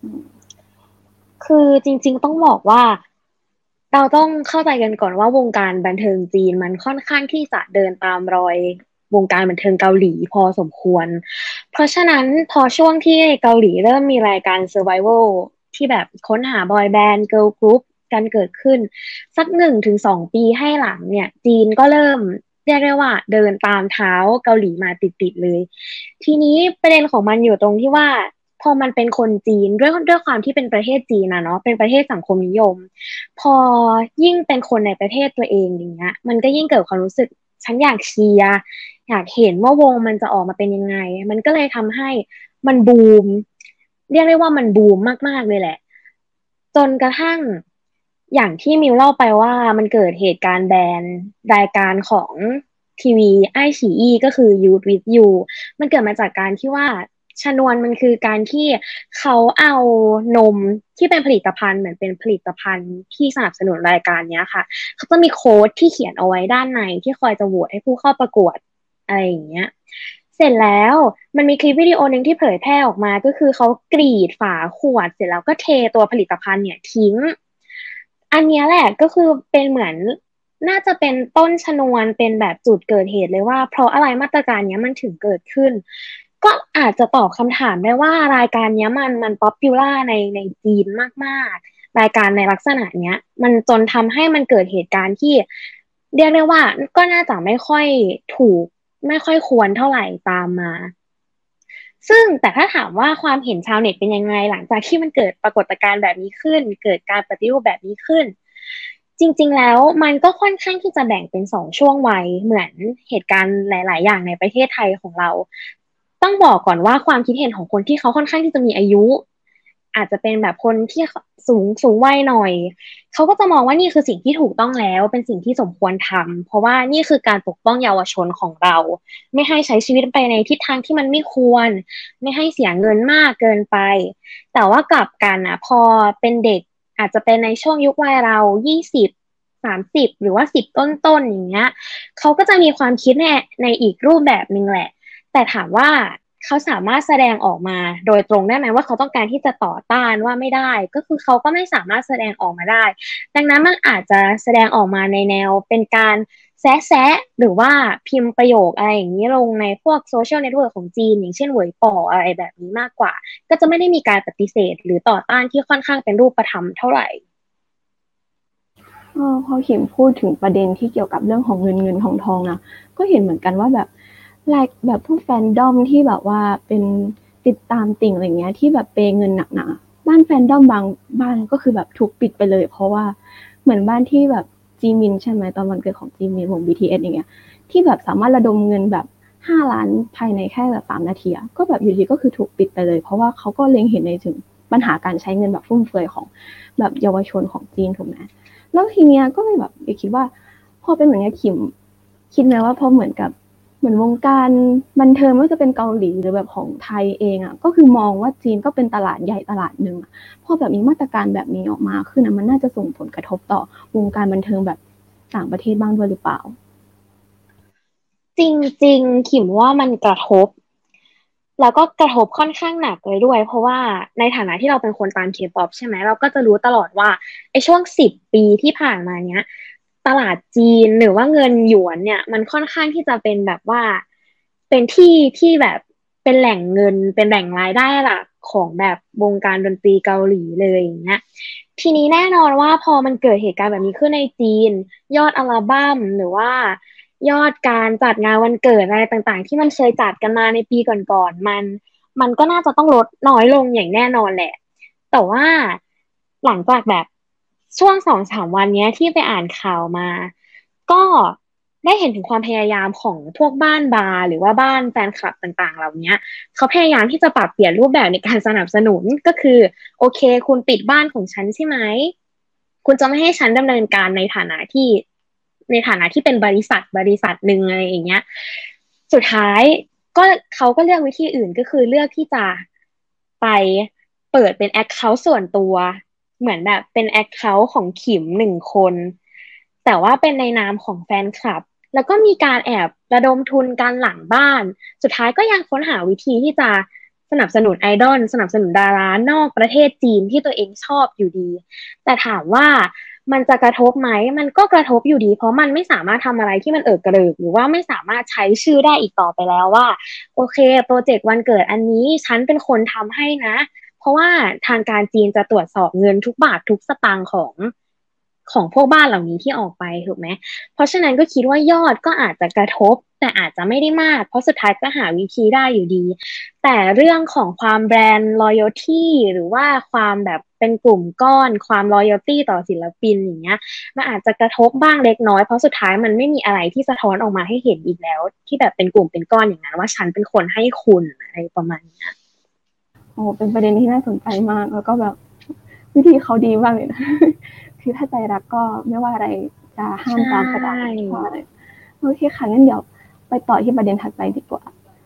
คือจริงๆต้องบอกว่าเราต้องเข้าใจกันก่อนว่าวงการบันเทิงจีนมันค่อนข้างที่จะเดินตามรอยวงการบันเทิงเกาหลีพอสมควรเพราะฉะนั้นพอช่วงที่เกาหลีเริ่มมีรายการ Survival ที่แบบค้นหาบอยแบนด์เกิร์ลกรุ๊ปกันเกิดขึ้นสักหนึ่งถึงสองปีให้หลังเนี่ยจีนก็เริ่มเรียกได้ว่าเดินตามเท้าเกาหลีมาติดๆเลยทีนี้ประเด็นของมันอยู่ตรงที่ว่าพอมันเป็นคนจีนด้วยด้วยความที่เป็นประเทศจีนนะเนาะเป็นประเทศสังคมนิยมพอยิ่งเป็นคนในประเทศตัวเองอย่างเงี้ยมันก็ยิ่งเกิดความรู้สึกฉันอยากเชียร์อยากเห็นว่าวงมันจะออกมาเป็นยังไงมันก็เลยทำให้มันบูมเรียกได้ว่ามันบูมมากๆเลยแหละจนกระทั่งอย่างที่มิวเล่าไปว่ามันเกิดเหตุการณ์แบนรายการของทีวีไอฉีอีก็คือ Youth with You มันเกิดมาจากการที่ว่าชนวนมันคือการที่เขาเอานมที่เป็นผลิตภัณฑ์เหมือนเป็นผลิตภัณฑ์ที่สนับสนุนรายการเนี้ยค่ะเขาจะมีโค้ดที่เขียนเอาไว้ด้านในที่คอยจะโหวตให้ผู้เข้าประกวดอะไรอย่างเงี้ยเสร็จแล้วมันมีคลิปวิดีโอหนึ่งที่เผยแพร่ออกมาก็คือเขากรีดฝาขวดเสร็จแล้วก็เทตัวผลิตภัณฑ์เนี่ยทิ้งอันเนี้ยแหละก็คือเป็นเหมือนน่าจะเป็นต้นชนวนเป็นแบบจุดเกิดเหตุเลยว่าเพราะอะไรมาตรการเนี้ยมันถึงเกิดขึ้นก็อาจจะตอบคำถามได้ว่ารายการเนี้ยมันมันป๊อปปูล่าในในจีนมากๆรายการในลักษณะเนี้ยมันจนทำให้มันเกิดเหตุการณ์ที่เรียกได้ว่าก็น่าจะไม่ค่อยถูกไม่ค่อยควรเท่าไหร่ตามมาซึ่งแต่ถ้าถามว่าความเห็นชาวเน็ตเป็นยังไงหลังจากที่มันเกิดปรากฏการณ์แบบนี้ขึ้นเกิดการปฏิรูปแบบนี้ขึ้นจริงๆแล้วมันก็ค่อนข้างที่จะแบ่งเป็นสองช่วงวัยเหมือนเหตุการณ์หลายๆอย่างในประเทศไทยของเราต้องบอกก่อนว่าความคิดเห็นของคนที่เขาค่อนข้างที่จะมีอายุอาจจะเป็นแบบคนที่สูงสูงวัยหน่อยเขาก็จะมองว่านี่คือสิ่งที่ถูกต้องแล้วเป็นสิ่งที่สมควรทำเพราะว่านี่คือการปกป้องเยาวชนของเราไม่ให้ใช้ชีวิตไปในทิศทางที่มันไม่ควรไม่ให้เสียเงินมากเกินไปแต่ว่ากลับกันนะพอเป็นเด็กอาจจะเป็นในช่วงยุควัยเรายี่สิบสามสิบหรือว่าสิบต้นๆอย่างเงี้ยเขาก็จะมีความคิดในในอีกรูปแบบนึงแหละแต่ถามว่าเขาสามารถแสดงออกมาโดยตรงได้ไหมว่าเขาต้องการที่จะต่อต้านว่าไม่ได้ก็คือเขาก็ไม่สามารถแสดงออกมาได้ดังนั้นมันอาจจะแสดงออกมาในแนวเป็นการแซะแซะหรือว่าพิมพ์ประโยคอะไรอย่างนี้ลงในพวกโซเชียลเน็ตเวิร์กของจีนอย่างเช่นเหวยป่ออะไรแบบนี้มากกว่าก็จะไม่ได้มีการปฏิเสธหรือต่อต้านที่ค่อนข้างเป็นรูปธรรมเท่าไหร่เออพอขิมพูดถึงประเด็นที่เกี่ยวกับเรื่องของเงินเงินทองทองนะก็เห็นเหมือนกันว่าแบบไลค์แบบพวกแฟนดอมที่แบบว่าเป็นติดตามติ่งอะไรเงี้ยที่แบบเปย์เงินหนักๆบ้านแฟนดอมบางบ้านก็คือแบบถูกปิดไปเลยเพราะว่าเหมือนบ้านที่แบบจีมินใช่ไหมตอนวันเกิดของจีมินวง บี ที เอส อย่างเงี้ยที่แบบสามารถระดมเงินแบบห้าล้านภายในแค่แบบสามนาทีก็แบบอยู่ดีก็คือถูกปิดไปเลยเพราะว่าเขาก็เล็งเห็นในถึงปัญหาการใช้เงินแบบฟุ่มเฟือยของแบบเยาวชนของจีนถูกไหมแล้วทีเนี้ยก็เลยแบบคิดว่าพอเป็นเหมือนกับขิมคิดไหมว่าพอเหมือนกับเหมือนวงการบันเทิงไม่ว่าจะเป็นเกาหลีหรือแบบของไทยเองอ่ะก็คือมองว่าจีนก็เป็นตลาดใหญ่ตลาดนึงพอแบบมีมาตรการแบบนี้ออกมาขึ้นนะมันน่าจะส่งผลกระทบต่อวงการบันเทิงแบบต่างประเทศบ้างด้วยหรือเปล่าจริงๆขิมว่ามันกระทบแล้วก็กระทบค่อนข้างหนักเลยด้วยเพราะว่าในฐานะที่เราเป็นคนตามเคป๊อปใช่ไหมเราก็จะรู้ตลอดว่าไอ้ช่วงสิบปีที่ผ่านมาเนี้ยตลาดจีนหรือว่าเงินหยวนเนี่ยมันค่อนข้างที่จะเป็นแบบว่าเป็นที่ที่แบบเป็นแหล่งเงินเป็นแหล่งรายได้หลักของแบบวงการดนตรีเกาหลีเลยอย่างเงี้ยทีนี้แน่นอนว่าพอมันเกิดเหตุการณ์แบบนี้ขึ้นในจีนยอดอัลบั้มหรือว่ายอดการจัดงานวันเกิดอะไรต่างๆที่มันเคยจัดกันมาในปีก่อนๆมันมันก็น่าจะต้องลดน้อยลงอย่างแน่นอนแหละแต่ว่าหลังจากแบบช่วงสองสามวันเนี้ยที่ไปอ่านข่าวมาก็ได้เห็นถึงความพยายามของพวกบ้านบาร์หรือว่าบ้านแฟนคลับต่างๆเหล่านี้เขาพยายามที่จะปรับเปลี่ยนรูปแบบในการสนับสนุนก็คือโอเคคุณปิดบ้านของฉันใช่ไหมคุณจะไม่ให้ฉันดำเนินการในฐานะที่ในฐานะที่เป็นบริษัทบริษัทหนึ่งอะไรอย่างเงี้ยสุดท้ายก็เขาก็เลือกวิธีอื่นก็คือเลือกที่จะไปเปิดเป็นแอคเคาท์ส่วนตัวเหมือนแบบเป็นแอคเคาท์ของขิมหนึ่งคนแต่ว่าเป็นในนามของแฟนคลับแล้วก็มีการแอบระดมทุนการหลังบ้านสุดท้ายก็ยังค้นหาวิธีที่จะสนับสนุนไอดอลสนับสนุนดารานอกประเทศจีนที่ตัวเองชอบอยู่ดีแต่ถามว่ามันจะกระทบไหมมันก็กระทบอยู่ดีเพราะมันไม่สามารถทำอะไรที่มันเอิกกระเริกหรือว่าไม่สามารถใช้ชื่อได้อีกต่อไปแล้วว่าโอเคโปรเจกต์วันเกิดอันนี้ฉันเป็นคนทำให้นะเพราะว่าทางการจีนจะตรวจสอบเงินทุกบาททุกสตางค์ของของพวกบ้านเหล่านี้ที่ออกไปถูกไหมเพราะฉะนั้นก็คิดว่ายอดก็อาจจะกระทบแต่อาจจะไม่ได้มากเพราะสุดท้ายก็หาวิธีได้อยู่ดีแต่เรื่องของความแบรนด์ loyalty หรือว่าความแบบเป็นกลุ่มก้อนความ loyalty ต่อศิลปินอย่างเงี้ยมันอาจจะกระทบบ้างเล็กน้อยเพราะสุดท้ายมันไม่มีอะไรที่สะท้อนออกมาให้เห็นอีกแล้วที่แบบเป็นกลุ่มเป็นก้อนอย่างนั้นว่าฉันเป็นคนให้คุณอะไรประมาณนี้โอ้เป็นประเด็นที่น่าสนใจมากแล้วก็แบบวิธีเขาดีมากเลยนะคือถ้าใจรักก็ไม่ว่าอะไรจะห้ามตามก็ได้เพราะอะไรโอเคค่ะงั้นเดี๋ยวไปต่อที่ประเด็นถัดไปดีกว่าคื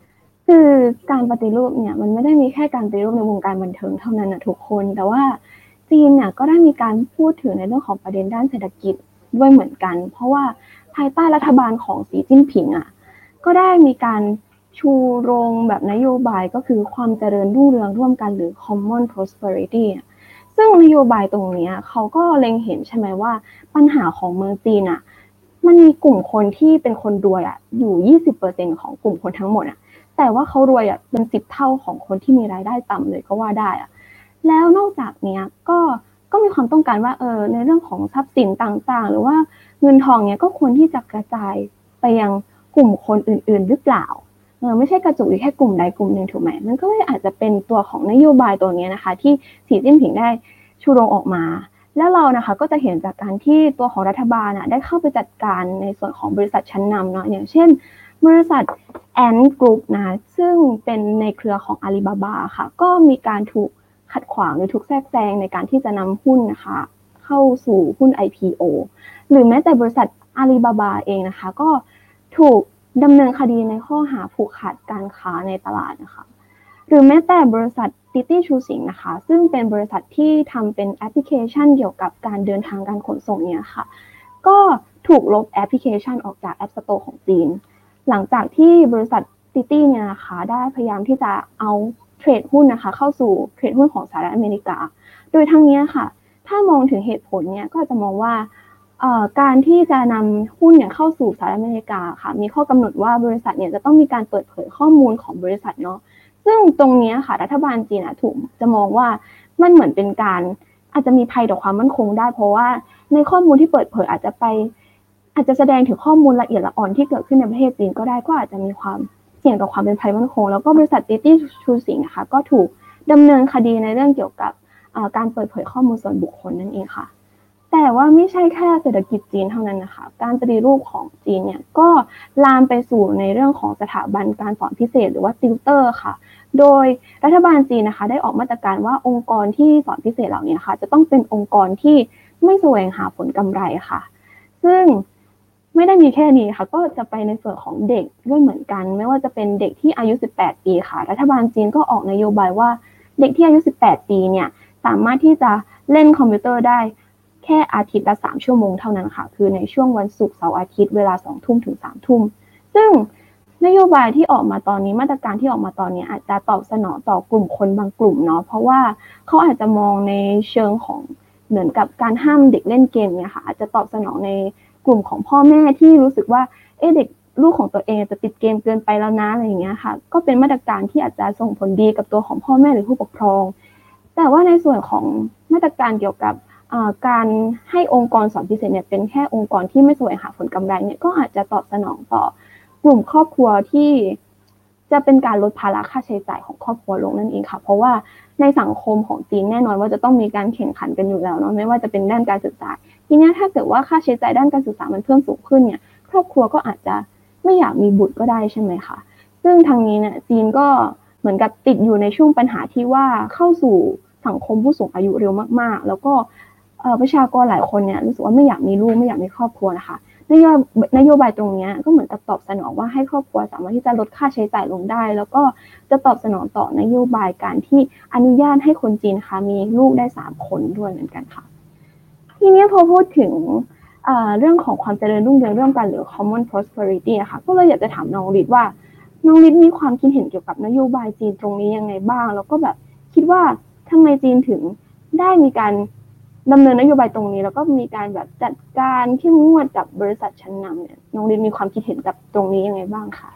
คือการปฏิรูปเนี่ยมันไม่ได้มีแค่การปฏิรูปในวงการบันเทิงเท่านั้นนะทุกคนแต่ว่าจีนเนี่ยก็ได้มีการพูดถึงในเรื่องของประเด็นด้านเศรษฐกิจด้วยเหมือนกันเพราะว่าภายใต้รัฐบาลของสีจิ้นผิงอ่ะก็ได้มีการชูโรงแบบนโยบายก็คือความเจริญรุ่งเรืองร่วมกันหรือ common prosperity ซึ่งนโยบายตรงนี้เขาก็เล็งเห็นใช่ไหมว่าปัญหาของเมืองจีนอ่ะมันมีกลุ่มคนที่เป็นคนรวยอ่ะอยู่ ยี่สิบเปอร์เซ็นต์ ของกลุ่มคนทั้งหมดอ่ะแต่ว่าเขารวยอ่ะเป็นสิบเท่าของคนที่มีรายได้ต่ำเลยก็ว่าได้อ่ะแล้วนอกจากเนี้ยก็ก็มีความต้องการว่าเออในเรื่องของทรัพย์สินต่างๆหรือว่าเงินทองเนี้ยก็ควรที่จะกระจายไปยังกลุ่มคนอื่นๆหรือเปล่าเออไม่ใช่กระจุกอยู่แค่กลุ่มใดกลุ่มหนึ่งถูกไหมมันก็เลยอาจจะเป็นตัวของนโยบายตัวนี้นะคะที่สีจิ้นผิงได้ชูโรงออกมาแล้วเรานะคะก็จะเห็นจากการที่ตัวของรัฐบาลน่ะได้เข้าไปจัดการในส่วนของบริษัทชั้นนำเนาะอย่างเช่นบริษัท Ant Group นะซึ่งเป็นในเครือของ Alibaba ค่ะก็มีการถูกขัดขวางหรือถูกแทรกแซงในการที่จะนำหุ้นนะคะเข้าสู่หุ้น ไอ พี โอ หรือแม้แต่บริษัท Alibaba เองนะคะก็ถูกดำเนินคดีในข้อหาผูกขาดการค้าในตลาดนะคะหรือแม้แต่บริษัท Titi Chuxing นะคะซึ่งเป็นบริษัทที่ทำเป็นแอปพลิเคชันเกี่ยวกับการเดินทางการขนส่งเนี่ยค่ะก็ถูกลบแอปพลิเคชันออกจาก App Store ของจีนหลังจากที่บริษัท Titi เนี่ยนะคะได้พยายามที่จะเอาเทรดหุ้นนะคะเข้าสู่เทรดหุ้นของสหรัฐอเมริกาโดยทั้งนี้ค่ะถ้ามองถึงเหตุผลเนี่ยก็จะมองว่าการที่จะนำหุ้นเนี่ยเข้าสู่สหรัฐอเมริกาค่ะมีข้อกำหนดว่าบริษัทเนี่ยจะต้องมีการเปิดเผยข้อมูลของบริษัทเนาะซึ่งตรงนี้ค่ะรัฐบาลจีนถูกจะมองว่ามันเหมือนเป็นการอาจจะมีภัยต่อความมั่นคงได้เพราะว่าในข้อมูลที่เปิดเผยอาจจะไปอาจจะแสดงถึงข้อมูลละเอียดละอ่อนที่เกิดขึ้นในประเทศจีนก็ได้ก็อาจจะมีความเสี่ยงต่อความเป็นภัยมั่นคงแล้วก็บริษัท Titi Chuxing นะคะก็ถูกดำเนินคดีในเรื่องเกี่ยวกับการเปิดเผยข้อมูลส่วนบุคคลนั่นเองค่ะแต่ว่าไม่ใช่แค่เศรษฐกิจจีนเท่านั้นนะคะการปฏิรูปของจีนเนี่ยก็ลามไปสู่ในเรื่องของสถาบันการสอนพิเศษหรือว่าติวเตอร์ค่ะโดยรัฐบาลจีนนะคะได้ออกมาตรการว่าองค์กรที่สอนพิเศษเหล่านี้ค่ะจะต้องเป็นองค์กรที่ไม่แสวงหาผลกำไรค่ะซึ่งไม่ได้มีแค่นี้ค่ะก็จะไปในส่วนของเด็กด้วยเหมือนกันไม่ว่าจะเป็นเด็กที่อายุสิบแปดปีค่ะรัฐบาลจีนก็ออกนโยบายว่าเด็กที่อายุสิบแปดปีเนี่ยสามารถที่จะเล่นคอมพิวเตอร์ได้แค่อาทิตย์ละสามชั่วโมงเท่านั้นค่ะคือในช่วงวันศุกร์เสาร์อาทิตย์เวลา สองทุ่ม ถึง สามทุ่มซึ่งนโยบายที่ออกมาตอนนี้มาตรการที่ออกมาตอนนี้อาจจะตอบสนองต่อกลุ่มคนบางกลุ่มเนาะเพราะว่าเขาอาจจะมองในเชิงของเหมือนกับการห้ามเด็กเล่นเกมเนี่ยค่ะอาจจะตอบสนองในกลุ่มของพ่อแม่ที่รู้สึกว่าเอ๊ะเด็กลูกของตัวเองจะติดเกมเกินไปแล้วนะอะไรอย่างเงี้ยค่ะก็เป็นมาตรการที่อาจจะส่งผลดีกับตัวของพ่อแม่หรือผู้ปกครองแต่ว่าในส่วนของมาตรการเกี่ยวกับการให้องค์กรสอนพิเศษเนี่ยเป็นแค่องค์กรที่ไม่แสวงหาผลกำไรเนี่ยก็อาจจะตอบสนองต่อกลุ่มครอบครัวที่จะเป็นการลดภาระค่าใช้จ่ายของครอบครัวลงนั่นเองค่ะเพราะว่าในสังคมของจีนแน่นอนว่าจะต้องมีการแข่งขันกันอยู่แล้วเนาะไม่ว่าจะเป็นด้านการศึกษาทีนี้ถ้าเกิดว่าค่าใช้จ่ายด้านการศึกษามันเพิ่มสูงขึ้นเนี่ยครอบครัวก็อาจจะไม่อยากมีบุตรก็ได้ใช่ไหมคะซึ่งทางนี้เนี่ยจีนก็เหมือนกับติดอยู่ในช่วงปัญหาที่ว่าเข้าสู่สังคมผู้สูงอายุเร็วมากๆแล้วก็ประชากรหลายคนเนี่ยรู้สึกว่าไม่อยากมีลูกไม่อยากมีครอบครัวนะคะนโยนโยบายตรงนี้ก็เหมือนกับตอบสนองว่าให้ครอบครัวสามารถที่จะลดค่าใช้จ่ายลงได้แล้วก็จะตอบสนองต่อนโยบายการที่อนุญาตให้คนจีนค่ะมีลูกได้สามคนด้วยเหมือนกันค่ะทีนี้พอพูดถึงเรื่องของความเจริญรุ่งเรืองร่วมกันหรือ common prosperity ค่ะก็เลยอยากจะถามน้องฤทธิ์ว่าน้องฤทธิ์มีความคิดเห็นเกี่ยวกับนโยบายจีนตรงนี้ยังไงบ้างแล้วก็แบบคิดว่าทำไมจีนถึงได้มีการดำเนินนโยบายตรงนี้แล้วก็มีการแบบจัดการเข้มงวดกับบริษัทชั้นนำเนี่ยน้องฤทธิ์มีความคิดเห็นกับตรงนี้ยังไงบ้างคะ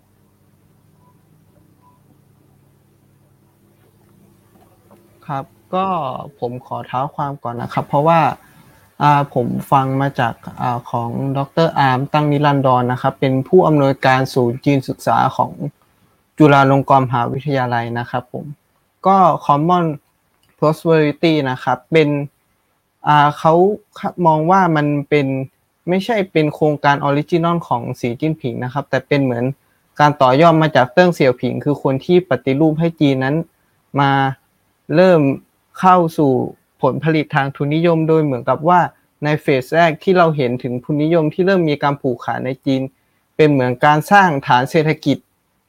ครับก็ผมขอเท้าความก่อนนะครับเพราะว่าอ่าผมฟังมาจากอ่าของดร.อาร์มตั้งนิรันดรนะครับเป็นผู้อำนวยการศูนย์จีนศึกษาของจุฬาลงกรณ์มหาวิทยาลัยนะครับผมก็ common prosperity นะครับเป็นอ่าเขามองว่ามันเป็นไม่ใช่เป็นโครงการออริจินอลของสีจิ้นผิงนะครับแต่เป็นเหมือนการต่อยอดมาจากเติ้งเสี่ยวผิงคือคนที่ปฏิรูปให้จีนนั้นมาเริ่มเข้าสู่ผลผลิตทางทุนนิยมโดยเหมือนกับว่าในเฟสแรกที่เราเห็นถึงทุนนิยมที่เริ่มมีการผูกขาดในจีนเป็นเหมือนการสร้างฐานเศรษฐกิจ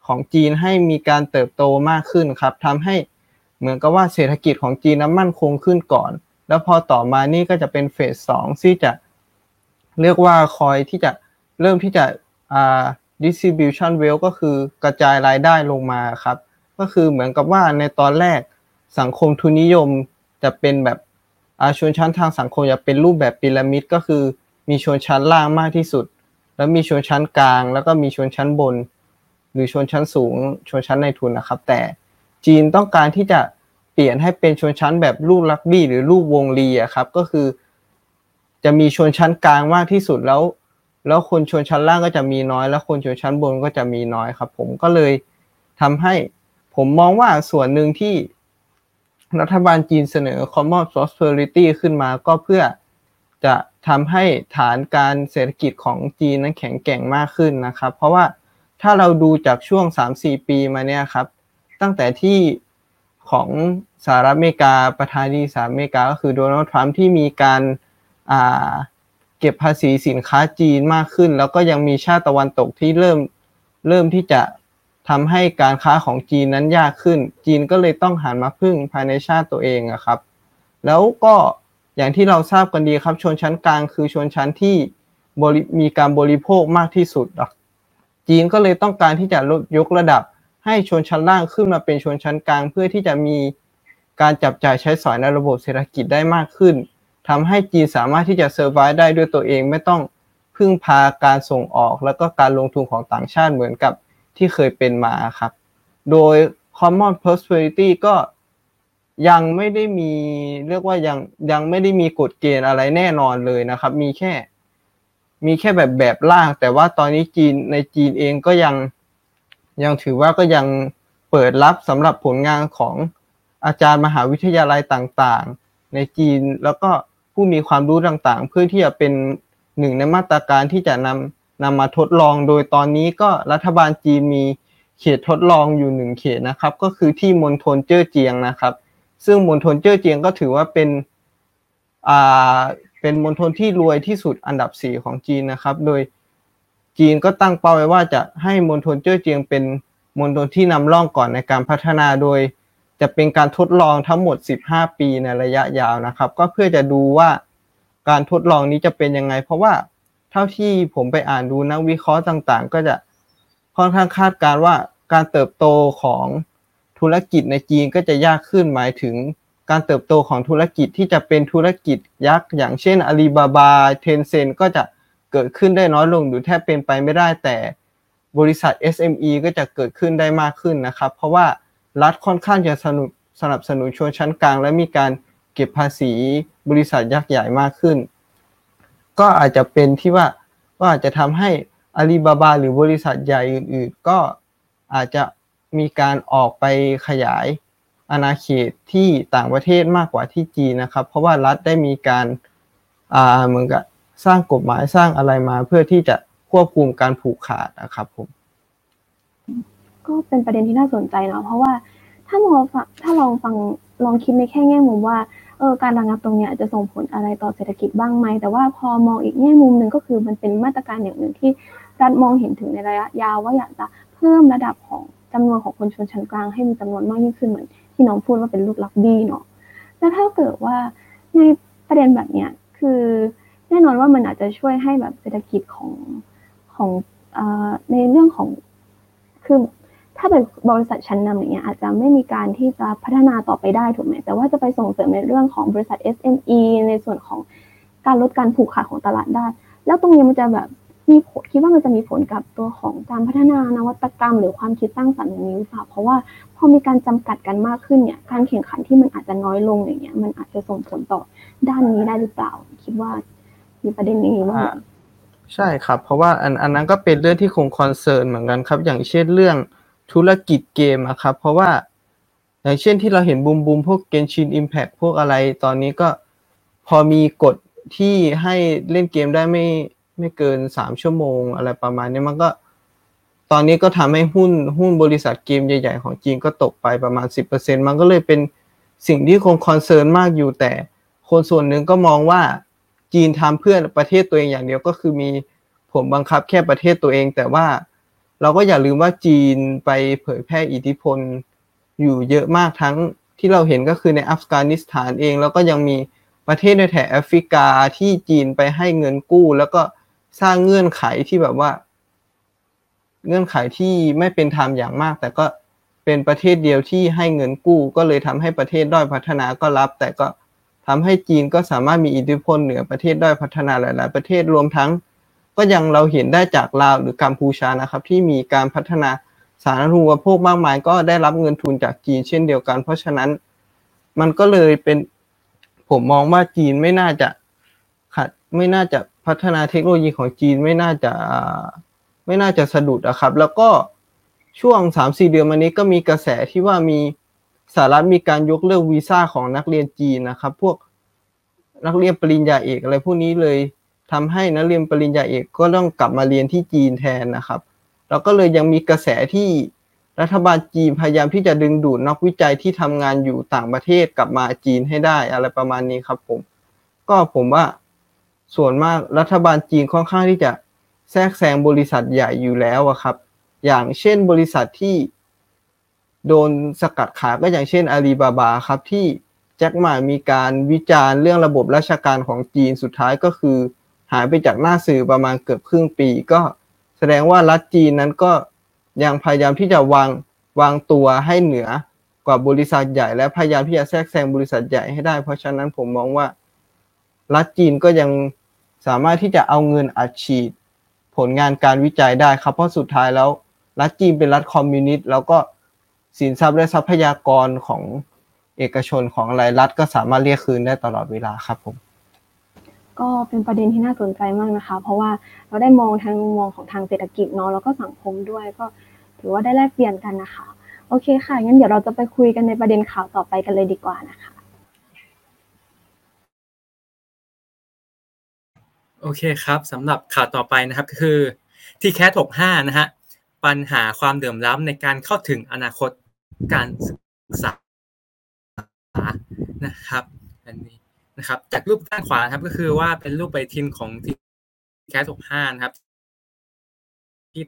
ของจีนให้มีการเติบโตมากขึ้นครับทำให้เหมือนกับว่าเศรษฐกิจของจีนนั้นมั่นคงขึ้นก่อนแล้วพอต่อมานี่ก็จะเป็นเฟสสองที่จะเรียกว่าคอยที่จะเริ่มที่จะอ่า distribution wealth ก็คือกระจายรายได้ลงมาครับก็คือเหมือนกับว่าในตอนแรกสังคมทุนนิยมจะเป็นแบบอาชนชั้นทางสังคมจะเป็นรูปแบบพีระมิดก็คือมีชนชั้นล่างมากที่สุดแล้วมีชนชั้นกลางแล้วก็มีชนชั้นบนหรือชนชั้นสูงชนชั้นในทุนนะครับแต่จีนต้องการที่จะเปลี่ยนให้เป็นชนชั้นแบบรูปรักบี้หรือรูปวงรีอะครับก็คือจะมีชนชั้นกลางมากที่สุดแล้วแล้วคนชนชั้นล่างก็จะมีน้อยแล้วคนชนชั้นบนก็จะมีน้อยครับผมก็เลยทำให้ผมมองว่าส่วนหนึ่งที่รัฐบาลจีนเสนอ Common Prosperity ขึ้นมาก็เพื่อจะทำให้ฐานการเศรษฐกิจของจีนนั้นแข็งแกร่งมากขึ้นนะครับเพราะว่าถ้าเราดูจากช่วง สามถึงสี่ ปีมาเนี่ยครับตั้งแต่ที่ของสหรัฐอเมริกาประธานาธิบดีสหรัฐอเมริกาก็คือโดนัลด์ทรัมป์ที่มีการอ่าเก็บภาษีสินค้าจีนมากขึ้นแล้วก็ยังมีชาติตะวันตกที่เริ่มเริ่มที่จะทำให้การค้าของจีนนั้นยากขึ้นจีนก็เลยต้องหันมาพึ่งภายในชาติตัวเองอะครับแล้วก็อย่างที่เราทราบกันดีครับชนชั้นกลางคือชนชั้นที่มีการบริโภคมากที่สุดจีนก็เลยต้องการที่จะลดยกระดับให้ชนชั้นล่างขึ้นมาเป็นชนชั้นกลางเพื่อที่จะมีการจับจ่ายใช้สอยในระบบเศรษฐกิจได้มากขึ้นทำให้จีนสามารถที่จะเซอร์ไวฟ์ได้ด้วยตัวเองไม่ต้องพึ่งพาการส่งออกแล้วก็การลงทุนของต่างชาติเหมือนกับที่เคยเป็นมาครับโดย Common Prosperity ก็ยังไม่ได้มีเรียกว่ายังยังไม่ได้มีกฎเกณฑ์อะไรแน่นอนเลยนะครับมีแค่มีแค่แบบแบบล่างแต่ว่าตอนนี้จีนในจีนเองก็ยังยังถือว่าก็ยังเปิดรับสำหรับผลงานของอาจารย์มหาวิทยาลัยต่างๆในจีนแล้วก็ผู้มีความรู้ต่างๆเพื่อที่จะเป็นหนึ่งในมาตรการที่จะนำนำมาทดลองโดยตอนนี้ก็รัฐบาลจีนมีเขตทดลองอยู่หนึ่งเขตนะครับก็คือที่มณฑลเจ้อเจียงนะครับซึ่งมณฑลเจ้อเจียงก็ถือว่าเป็นอ่าเป็นมณฑลที่รวยที่สุดอันดับสี่ของจีนนะครับโดยจีนก็ตั้งเป้าไว้ว่าจะให้มณฑลเจ้อเจียงเป็นมณฑลที่นำร่องก่อนในการพัฒนาโดยจะเป็นการทดลองทั้งหมดสิบห้าปีในระยะยาวนะครับก็เพื่อจะดูว่าการทดลองนี้จะเป็นยังไงเพราะว่าเท่าที่ผมไปอ่านดูนักวิเคราะห์ต่างๆก็จะค่อนข้างคาดการณ์ว่าการเติบโตของธุรกิจในจีนก็จะยากขึ้นหมายถึงการเติบโตของธุรกิจที่จะเป็นธุรกิจยักษ์อย่างเช่น Alibaba Tencent ก็จะเกิดขึ้นได้น้อยลงหรือแทบเป็นไปไม่ได้แต่บริษัท เอส เอ็ม อี ก็จะเกิดขึ้นได้มากขึ้นนะครับเพราะว่ารัฐค่อนข้างจะสนับสนับสนุนชนชั้นกลางและมีการเก็บภาษีบริษัทยักษ์ใหญ่มากขึ้นก็อาจจะเป็นที่ว่าก็อาจจะทำให้ Alibaba หรือบริษัทใหญ่อื่นๆก็อาจจะมีการออกไปขยายอาณาเขตที่ต่างประเทศมากกว่าที่จีนนะครับเพราะว่ารัฐได้มีการอ่าเหมือนกับสร้างกฎหมายสร้างอะไรมาเพื่อที่จะควบคุมการผูกขาดนะครับผมก็เป็นประเด็นที่น่าสนใจเนาะเพราะว่าถ้ามองถ้าลองฟังลองคิดในแค่แง่มุมว่าเออการระงับตรงนี้จะส่งผลอะไรต่อเศรษฐกิจบ้างไหมแต่ว่าพอมองอีกแง่มุมนึงก็คือมันเป็นมาตรการอย่างหนึ่งที่รัฐมองเห็นถึงในระยะยาวว่าอยากจะเพิ่มระดับของจำนวนของคนชนชั้นกลางให้มีจำนวนมากยิ่งขึ้นเหมือนที่น้องพูดว่าเป็นลูกลักบี้เนาะแล้วถ้าเกิดว่าในประเด็นแบบเนี้ยคือแน่นอนว่ามันอาจจะช่วยให้แบบเศรษฐกิจของของเอ่อในเรื่องของคือถ้าเป็นบริษัทชั้นนำอย่างเงี้ยอาจจะไม่มีการที่จะพัฒนาต่อไปได้ถูกไหมแต่ว่าจะไปส่งเสริมในเรื่องของบริษัท เอส เอ็ม อี ในส่วนของการลดการผูกขาดของตลาดได้แล้วตรงนี้มันจะแบบมีผลคิดว่ามันจะมีผลกับตัวของการพัฒนานวัตกรรมหรือความคิดสร้างสรรค์อย่างนี้หรือเปล่าเพราะว่าพอมีการจำกัดกันมากขึ้นเนี่ยการแข่งขันที่มันอาจจะน้อยลงอย่างเงี้ยมันอาจจะส่งผลต่อด้านนี้ได้หรือเปล่าคิดว่ามีประเด็นนี้ว่าใช่ครับเพราะว่าอันอันนั้นก็เป็นเรื่องที่คงคอนเซิร์นเหมือนกันครับอย่างเช่นเรื่องธุรกิจเกมอะครับเพราะว่าอย่างเช่นที่เราเห็นบูมบูมพวก Genshin Impact พวกอะไรตอนนี้ก็พอมีกฎที่ให้เล่นเกมได้ไม่ไม่เกินสามชั่วโมงอะไรประมาณนี้มันก็ตอนนี้ก็ทำให้หุ้นหุ้นบริษัทเกมใหญ่ๆของจีนก็ตกไปประมาณ สิบเปอร์เซ็นต์ มันก็เลยเป็นสิ่งที่คงคอนเซิร์นมากอยู่แต่คนส่วนหนึ่งก็มองว่าจีนทำเพื่อประเทศตัวเองอย่างเดียวก็คือมีผลบังคับแค่ประเทศตัวเองแต่ว่าเราก็อย่าลืมว่าจีนไปเผยแพร่อิทธิพลอยู่เยอะมากทั้งที่เราเห็นก็คือในอัฟกานิสถานเองแล้วก็ยังมีประเทศในแถบแอฟริกาที่จีนไปให้เงินกู้แล้วก็สร้างเงื่อนไขที่แบบว่าเงื่อนไขที่ไม่เป็นธรรมอย่างมากแต่ก็เป็นประเทศเดียวที่ให้เงินกู้ก็เลยทำให้ประเทศด้อยพัฒนาก็รับแต่ก็ทำให้จีนก็สามารถมีอิทธิพลเหนือประเทศด้อยพัฒนาหลายๆประเทศรวมทั้งก็ยังเราเห็นได้จากลาวหรือกัมพูชานะครับที่มีการพัฒนาสาธารณูปโภคมากมายก็ได้รับเงินทุนจากจีนเช่นเดียวกันเพราะฉะนั้นมันก็เลยเป็นผมมองว่าจีนไม่น่าจะขัดไม่น่าจะพัฒนาเทคโนโลยีของจีนไม่น่าจะไม่น่าจะสะดุดนะครับแล้วก็ช่วง สามสี่ เดือนมานี้ก็มีกระแสที่ว่ามีสหรัฐมีการยกเลิกวีซ่าของนักเรียนจีนนะครับพวกนักเรียนปริญญาเอกอะไรพวกนี้เลยทำให้นักเรียนปริญญาเอกก็ต้องกลับมาเรียนที่จีนแทนนะครับแล้วก็เลยยังมีกระแสที่รัฐบาลจีนพยายามที่จะดึงดูดนักวิจัยที่ทำงานอยู่ต่างประเทศกลับมาจีนให้ได้อะไรประมาณนี้ครับผมก็ผมว่าส่วนมากรัฐบาลจีนค่อนข้างที่จะแทรกแซงบริษัทใหญ่อยู่แล้วอะครับอย่างเช่นบริษัทที่โดนสกัดขาก็อย่างเช่นอาลีบาบาครับที่แจ็คหม่ามีการวิจารณ์เรื่องระบบราชการของจีนสุดท้ายก็คือหายไปจากหน้าสื่อประมาณเกือบครึ่งปีก็แสดงว่ารัฐจีนนั้นก็ยังพยายามที่จะวางวางตัวให้เหนือกว่าบริษัทใหญ่และพยายามที่จะแทรกแซงบริษัทใหญ่ให้ได้เพราะฉะนั้นผมมองว่ารัฐจีนก็ยังสามารถที่จะเอาเงินอัดฉีดผลงานการวิจัยได้ครับเพราะสุดท้ายแล้วรัฐจีนเป็นรัฐคอมมิวนิสต์แล้วก็สินทรัพย์และทรัพยากรของเอกชนของหลายรัฐก็สามารถเรียกคืนได้ตลอดเวลาครับผมก็เป็นประเด็นที่น่าสนใจมากนะคะเพราะว่าเราได้มองทางมุมมองของทางเศรษฐกิจเนาะแล้วก็สังคมด้วยก็ถือว่าได้แลกเปลี่ยนกันนะคะโอเคค่ะงั้นเดี๋ยวเราจะไปคุยกันในประเด็นข่าวต่อไปกันเลยดีกว่านะคะโอเคครับสำหรับข่าวต่อไปนะครับก็คือ ที แคท หกสิบห้านะฮะปัญหาความเหลื่อมล้ำในการเข้าถึงอนาคตการศึกษานะครับอันนี้นะครับจากรูปด้านขวาครับก็คือว่าเป็นรูปปฏิทินของ ที แคท หกสิบห้านะครับที่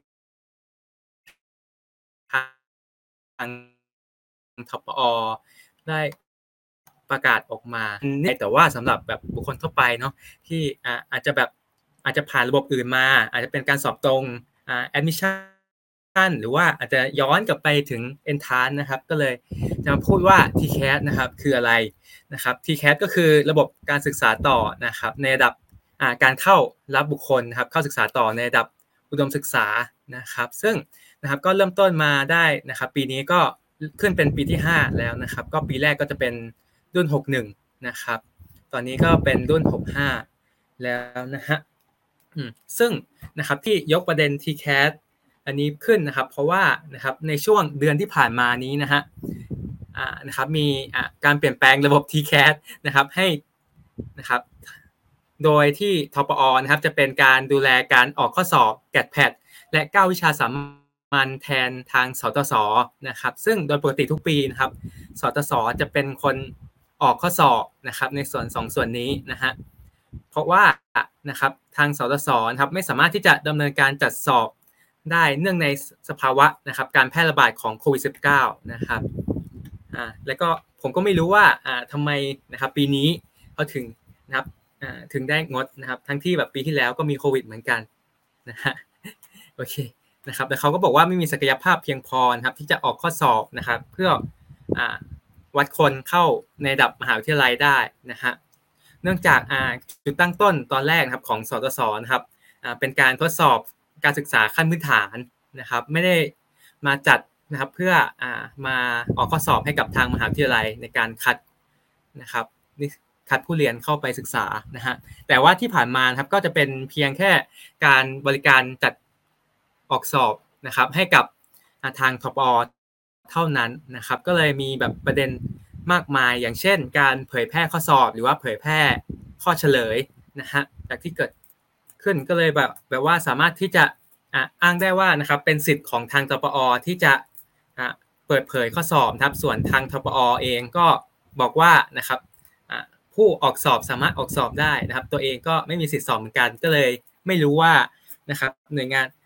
ทางทปอได้ประกาศออกมาแต่ว่าสำหรับแบบบุคคลทั่วไปเนาะที่อ่าอาจจะแบบอาจจะผ่านระบบอื่นมาอาจจะเป็นการสอบตรงอ่า admission หรือว่าอาจจะย้อนกลับไปถึง entrance นะครับก็เลยจะมาพูดว่า ที แคท นะครับคืออะไรนะครับ ที แคท ก็คือระบบการศึกษาต่อนะครับในระดับอ่าการเข้ารับบุคคลนะครับเข้าศึกษาต่อในระดับอุดมศึกษานะครับซึ่งนะครับก็เริ่มต้นมาได้นะครับปีนี้ก็ขึ้นเป็นปีที่ห้าแล้วนะครับก็ปีแรกก็จะเป็นรุ่นหกสิบเอ็ดนะครับตอนนี้ก็เป็นรุ่นหกสิบห้าแล้วนะฮะซึ่งนะครับที่ยกประเด็น ที แคท อันนี้ขึ้นนะครับเพราะว่านะครับในช่วงเดือนที่ผ่านมานี้นะฮะอ่านะครับมีอ่าการเปลี่ยนแปลงระบบ ที แคท นะครับให้นะครับโดยที่ทปอนะครับจะเป็นการดูแลการออกข้อสอบ แกท แพท และเก้าวิชาสามัญแทนทางสตสนะครับซึ่งโดยปกติทุกปีนะครับสตสจะเป็นคนออกข้อสอบนะครับในส่วนสองส่วนนี้นะฮะเพราะว่านะครับทางสตสนะครับไม่สามารถที่จะดำเนินการจัดสอบได้เนื่องในสภาวะนะครับการแพร่ระบาดของโควิด สิบเก้า นะครับอ่าแล้วก็ผมก็ไม่รู้ว่าอ่าทำไมนะครับปีนี้เขาถึงนะครับอ่าถึงได้งดนะครับทั้งที่แบบปีที่แล้วก็มีโควิดเหมือนกันนะฮะโอเคนะครับแต่เขาก็บอกว่าไม่มีศักยภาพเพียงพอนะครับที่จะออกข้อสอบนะครับเพื่ออ่าวัดคนเข้าในระดับมหาวิทยาลัยได้นะฮะเนื่องจากอ่าจุดตั้งต้นตอนแรกนะครับของสตสนะครับอ่าเป็นการทดสอบการศึกษาขั้นพื้นฐานนะครับไม่ได้มาจัดนะครับเพื่ออ่ามาออกข้อสอบให้กับทางมหาวิทยาลัยในการคัดนะครับคัดผู้เรียนเข้าไปศึกษานะฮะแต่ว่าที่ผ่านมาครับก็จะเป็นเพียงแค่การบริการจัดออกสอบนะครับให้กับทางทปอเท่านั้นนะครับก็เลยมีแบบประเด็นมากมายอย่างเช่นการเผยแพร่ข้อสอบหรือว่าเผยแพร่ข้อเฉลยนะฮะจากที่เกิดขึ้นก็เลยแบบแบบว่าสามารถที่จะอ้างได้ว่านะครับเป็นสิทธิ์ของทางทปอที่จะเปิดเผยข้อสอบครับส่วนทางทปอเองก็บอกว่านะครับผู้ออกสอบสามารถออกสอบได้นะครับตัวเองก็ไม่มีสิทธิ์สอบเหมือนกันก็เลยไม่รู้ว่านะครับหน่วยงาน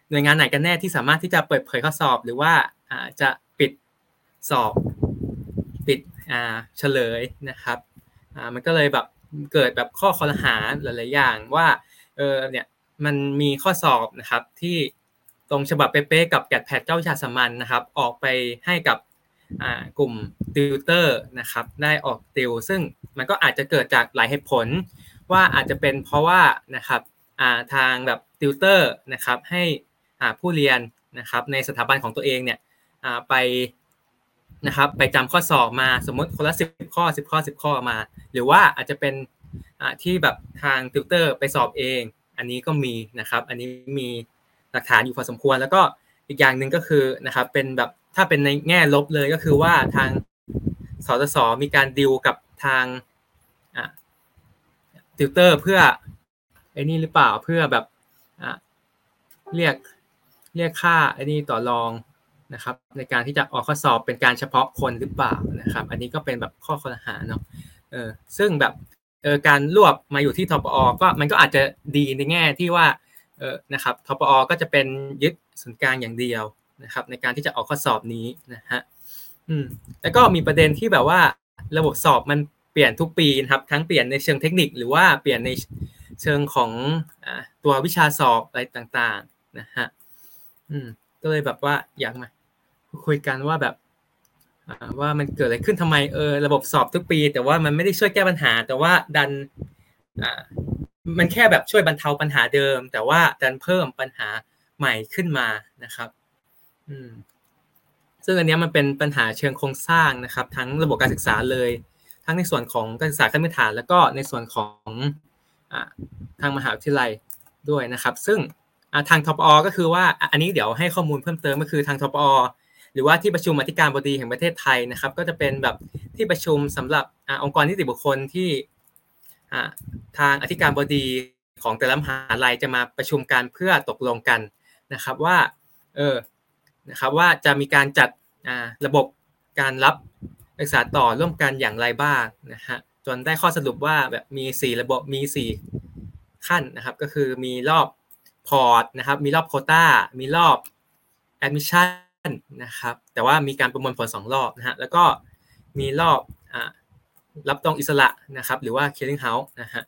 หน่วยงานไหนกันแน่ที่สามารถที่จะเปิดเผยข้อสอบหรือว่าอ่าจะปิดสอบปิดอ่าเฉลยนะครับอ่ามันก็เลยแบบเกิดแบบข้อคอรหาหลายๆอย่างว่าเออเนี่ยมันมีข้อสอบนะครับที่ตรงฉบับเป๊ะๆกับแกดแพดเก้าวิชาสามัญนะครับออกไปให้กับอ่ากลุ่มติวเตอร์นะครับได้ออกติวซึ่งมันก็อาจจะเกิดจากหลายเหตุผลว่าอาจจะเป็นเพราะว่านะครับอ่าทางแบบติวเตอร์นะครับให้อ่าผู้เรียนนะครับในสถาบันของตัวเองเนี่ยอ่าไปนะครับไปจำข้อสอบมาสมมติคนละสิบข้อสิบข้อสิบข้อมาหรือว่าอาจจะเป็นอ่าที่แบบทางติวเตอร์ไปสอบเองอันนี้ก็มีนะครับอันนี้มีหลักฐานอยู่พอสมควรแล้วก็อีกอย่างหนึ่งก็คือนะครับเป็นแบบถ้าเป็นในแง่ลบเลยก็คือว่าทางสสสมีการดีลกับทางอ่าติวเตอร์เพื่อไอ้นี่หรือเปล่าเพื่อแบบอ่าเรียกเรียกค่าไอ้นี่ต่อรองนะครับในการที่จะออกข้อสอบเป็นการเฉพาะคนหรือเปล่านะครับอันนี้ก็เป็นแบบข้อคอรหาเนาะเออซึ่งแบบเออการรวบมาอยู่ที่ทปอก็มันก็อาจจะดีในแง่ที่ว่าเออนะครับทปอก็จะเป็นยึดศูนย์กลางอย่างเดียวนะครับในการที่จะออกข้อสอบนี้นะฮะอืมแล้วก็มีประเด็นที่แบบว่าระบบสอบมันเปลี่ยนทุกปีนะครับทั้งเปลี่ยนในเชิงเทคนิคหรือว่าเปลี่ยนในเชิงของอ่าตัววิชาสอบอะไรต่างๆนะฮะอืมก็เลยแบบว่าอยากมาคุยกันว่าแบบว่ามันเกิดอะไรขึ้นทำไมเออระบบสอบทุกปีแต่ว่ามันไม่ได้ช่วยแก้ปัญหาแต่ว่าดันอ่ามันแค่แบบช่วยบรรเทาปัญหาเดิมแต่ว่าดันเพิ่มปัญหาใหม่ขึ้นมานะครับอืมซึ่งอันนี้มันเป็นปัญหาเชิงโครงสร้างนะครับทั้งระบบการศึกษาเลยทั้งในส่วนของการศึกษาขั้นพื้นฐานแล้วก็ในส่วนของอ่าทางมหาวิทยาลัยด้วยนะครับซึ่งทางทปอก็คือว่าอันนี้เดี๋ยวให้ข้อมูลเพิ่มเติมก็คือทางทปอหรือว่าที่ประชุมอธิการบดีแห่งประเทศไทยนะครับก็จะเป็นแบบที่ประชุมสำหรับอองค์กรนิติบุคคลที่ทางอธิการบดีของแต่ละมหาลัยจะมาประชุมกันเพื่อตกลงกันนะครับว่าเออนะครับว่าจะมีการจัดระบบการรับนักศึกษาต่อร่วมกันอย่างไรบ้างนะฮะจนได้ข้อสรุปว่าแบบมีสี่ระบบมีสี่ขั้นนะครับก็คือมีรอบพอร์ตนะครับมีรอบโควต้ามีรอบแอดมิชชั่นนะครับแต่ว่ามีการประมวลผลสองรอบนะฮะแล้วก็มีรอบอ่ารับตรงอิสระนะครับหรือว่า clearing house นะฮะ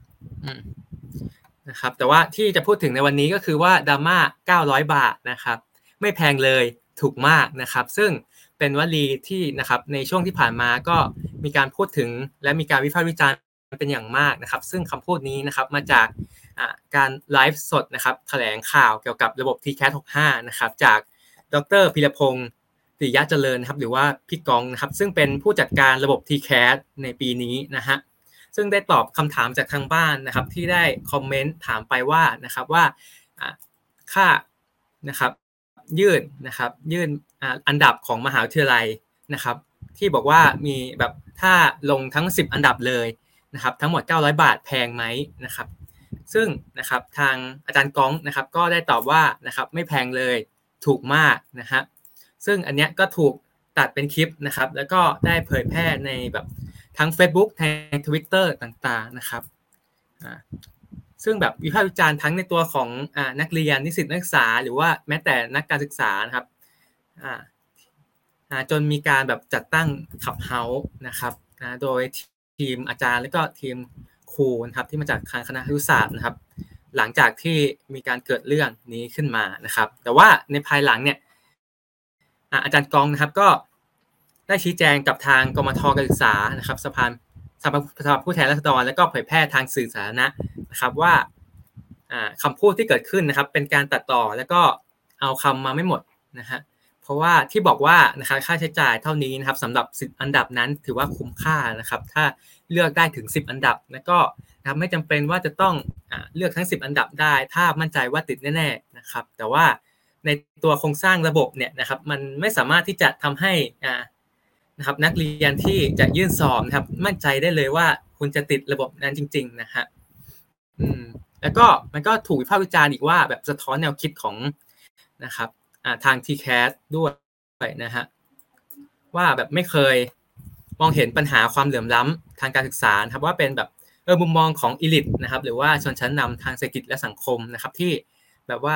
นะครับแต่ว่าที่จะพูดถึงในวันนี้ก็คือว่าดราม่าเก้าร้อยบาทนะครับไม่แพงเลยถูกมากนะครับซึ่งเป็นวลีที่นะครับในช่วงที่ผ่านมาก็มีการพูดถึงและมีการวิพากษ์วิจารณ์เป็นอย่างมากนะครับซึ่งคำพูดนี้นะครับมาจากการไลฟ์สดนะครับแถลงข่าวเกี่ยวกับระบบ ที แคท หกสิบห้านะครับจากดร.พีรพงศ์ติยะเจริญนะครับหรือว่าพี่กองนะครับซึ่งเป็นผู้จัดการระบบ ที แคท ในปีนี้นะฮะซึ่งได้ตอบคำถามจากทางบ้านนะครับที่ได้คอมเมนต์ถามไปว่านะครับว่าค่านะครับยื่นนะครับยื่นอันดับของมหาวิทยาลัยนะครับที่บอกว่ามีแบบถ้าลงทั้งสิบอันดับเลยนะครับทั้งหมดเก้าร้อยบาทแพงไหมนะครับซึ่งนะครับทางอาจารย์ก้องนะครับก็ได้ตอบว่านะครับไม่แพงเลยถูกมากนะฮะซึ่งอันเนี้ยก็ถูกตัดเป็นคลิปนะครับแล้วก็ได้เผยแพร่ในแบบทั้ง Facebook ใน Twitter ต่างๆนะครับซึ่งแบบวิพากษ์วิจารณ์ทั้งในตัวของอ่านักเรียนนิสิตนักศึกษาหรือว่าแม้แต่นักการศึกษานะครับอ่าอ่าจนมีการแบบจัดตั้งขับเฮาส์นะครับอ่าโดยทีมอาจารย์และก็ทีมครูนะครับที่มาจากทางคณะครุศาสตร์นะครับหลังจากที่มีการเกิดเรื่องนี้ขึ้นมานะครับแต่ว่าในภายหลังเนี่ยอาจารย์กองนะครับก็ได้ชี้แจงกับทางกมทการศึกษานะครับสภาสภาสภาผู้แทนราษฎรและก็เผยแพร่ทางสื่อสาธารณะนะครับว่าคำพูดที่เกิดขึ้นนะครับเป็นการตัดต่อแล้วก็เอาคำมาไม่หมดนะฮะเพราะว่าที่บอกว่านะครับค่าใช้จ่ายเท่านี้นะครับสำหรับสิบอันดับนั้นถือว่าคุ้มค่านะครับถ้าเลือกได้ถึงสิบอันดับแล้วก็นะครับไม่จำเป็นว่าจะต้องเลือกทั้งสิบอันดับได้ถ้ามั่นใจว่าติดแน่ๆนะครับแต่ว่าในตัวโครงสร้างระบบเนี่ยนะครับมันไม่สามารถที่จะทำให้นะครับนักเรียนที่จะยื่นสอบนะครับมั่นใจได้เลยว่าคุณจะติดระบบนั้นจริงๆนะฮะอืมแล้วก็มันก็ถูกวิพากษ์วิจารณ์อีกว่าแบบสะท้อนแนวคิดของนะครับทาง ที แคท ด้วยนะฮะว่าแบบไม่เคยมองเห็นปัญหาความเหลื่อมล้ำทางการศึกษาครับว่าเป็นแบบเออมุมมองของอีลิทนะครับหรือว่าชนชั้นนำทางเศรษฐกิจและสังคมนะครับที่แบบว่า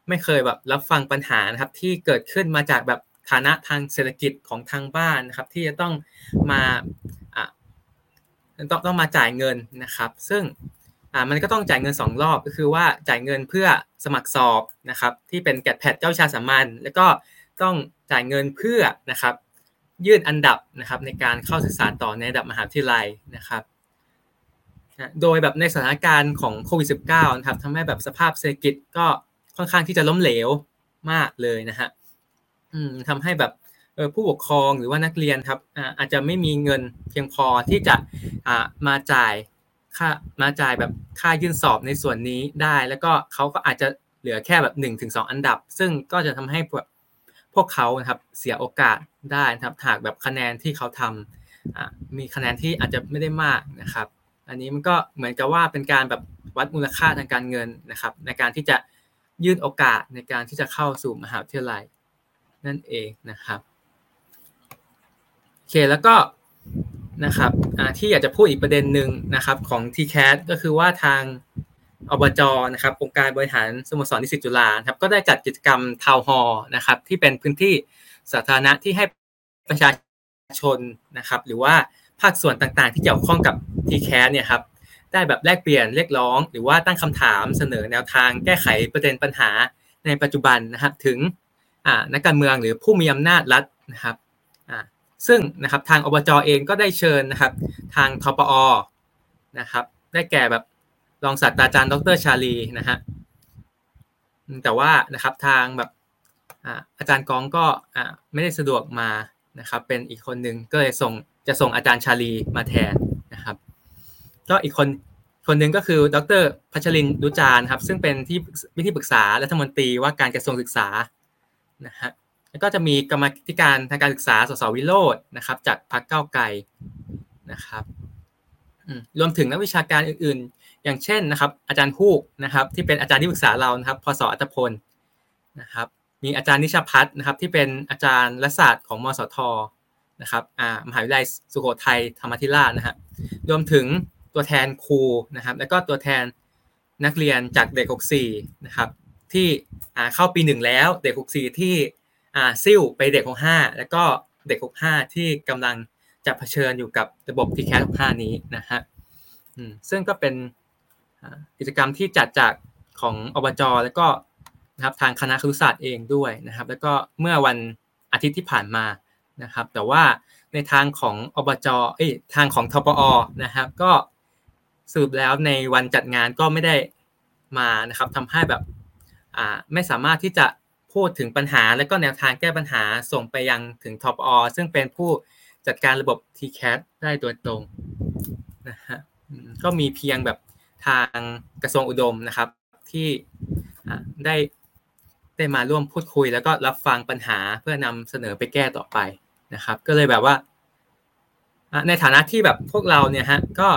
ไม่เคยแบบรับฟังปัญหานะครับที่เกิดขึ้นมาจากแบบฐานะทางเศรษฐกิจของทางบ้านนะครับที่จะต้องมาอ่ะต้องต้องมาจ่ายเงินนะครับซึ่งอ่ามันก็ต้องจ่ายเงินสองรอบก็คือว่าจ่ายเงินเพื่อสมัครสอบนะครับที่เป็นแกดแพดเจ้าวิชาสามัญแล้วก็ต้องจ่ายเงินเพื่อนะครับยื่นอันดับนะครับในการเข้าศึกษาต่อในระดับมหาวิทยาลัยนะครับโดยแบบในสถานการณ์ของโควิด สิบเก้า นะครับทำให้แบบสภาพเศรษฐกิจก็ค่อนข้างที่จะล้มเหลวมากเลยนะฮะอืมทำให้แบบเออผู้ปกครองหรือว่านักเรียนครับอ่าอาจจะไม่มีเงินเพียงพอที่จะอ่ามาจ่ายค่ามาจ่ายแบบค่ายื่นสอบในส่วนนี้ได้แล้วก็เขาก็อาจจะเหลือแค่แบบ หนึ่งถึงสอง อันดับซึ่งก็จะทำให้แบบพวกเขานะครับเสียโอกาสได้นะครับหากแบบคะแนนที่เขาทำอ่ามีคะแนนที่อาจจะไม่ได้มากนะครับอันนี้มันก็เหมือนกับว่าเป็นการแบบวัดมูลค่าทางการเงินนะครับในการที่จะยื่นโอกาสในการที่จะเข้าสู่มหาวิทยาลัยนั่นเองนะครับโอเคแล้วก็นะครับที่อยากจะพูดอีกประเด็นหนึ่งนะครับของ ที แคท ก็คือว่าทางอบจ.นะครับองค์การบริหารสโมสรนิสิตจุฬาครับก็ได้จัดกิจกรรมทาวน์ฮอลล์นะครับที่เป็นพื้นที่สาธารณะที่ให้ประชาชนนะครับหรือว่าภาคส่วนต่างๆที่เกี่ยวข้องกับ ที แคท เนี่ยครับได้แบบแลกเปลี่ยนเรียกร้องหรือว่าตั้งคำถามเสนอแนวทางแก้ไขประเด็นปัญหาในปัจจุบันนะครับถึงนักการเมืองหรือผู้มีอำนาจรัฐนะครับซึ่งนะครับทางอบจ.เองก็ได้เชิญนะครับทางทปอ.นะครับได้แก่แบบรองศาสตราจารย์ดร.ชาลีนะฮะแต่ว่านะครับทางแบบอาจารย์กองก็ไม่ได้สะดวกมานะครับเป็นอีกคนนึงก็เลยส่งจะส่งอาจารย์ชาลีมาแทนนะครับก็อีกคนคนนึงก็คือดร.พัชรินทร์ดุจานครับซึ่งเป็นที่วิที่ปรึกษารัฐมนตรีว่าการกระทรวงศึกษานะฮะแล้วก็จะมีกรรมาธิการทางการศึกษาสสวิโรจน์นะครับจากพรรคก้าวไกลนะครับรวมถึงนักวิชาการอื่นๆอย่างเช่นนะครับอาจารย์ฮูกนะครับที่เป็นอาจารย์ที่ปรึกษาเรานะครับพศอัตพลนะครับมีอาจารย์นิชพัฒน์นะครับที่เป็นอาจารย์รัฐศาสตร์ของมสทนะครับอ่ามหาวิทยาลัยสุโขทัยธรรมาธิราชนะฮะรวมถึงตัวแทนครูนะครับแล้วก็ตัวแทนนักเรียนจากเด็กหกสิบสี่นะครับที่อ่าเข้าปีหนึ่งแล้วเด็กหกสิบสี่ที่อ่าซิ่วไปเด็กหกสิบห้าแล้วก็เด็กหกสิบห้าที่กำลังจะเผชิญอยู่กับระบบ ที แคท หกสิบห้านี้นะฮะอืมซึ่งก็เป็นกิจกรรมที่จัดจากของอบจ.แล้วก็นะครับทางคณะครุศาสตร์เองด้วยนะครับแล้วก็เมื่อวันอาทิตย์ที่ผ่านมานะครับแต่ว่าในทางของอบจ.เอ้ยทางของทปอ.นะครับก็สรุปแล้วในวันจัดงานก็ไม่ได้มานะครับทำให้แบบอ่าไม่สามารถที่จะพูดถึงปัญหาและก็แนวทางแก้ปัญหาส่งไปยังถึงทปอ.ซึ่งเป็นผู้จัดการระบบ ที แคท ได้โดยตรงนะฮะก็มีเพียงแบบทางกระทรวงอุดมนะครับที่ได้ได้มาร่วมพูดคุยแล้วก็รับฟังปัญหาเพื่อนำเสนอไปแก้ต่อไปนะครับก็เลยแบบว่าในฐานะที่แบบพวกเราเนี่ยฮะก็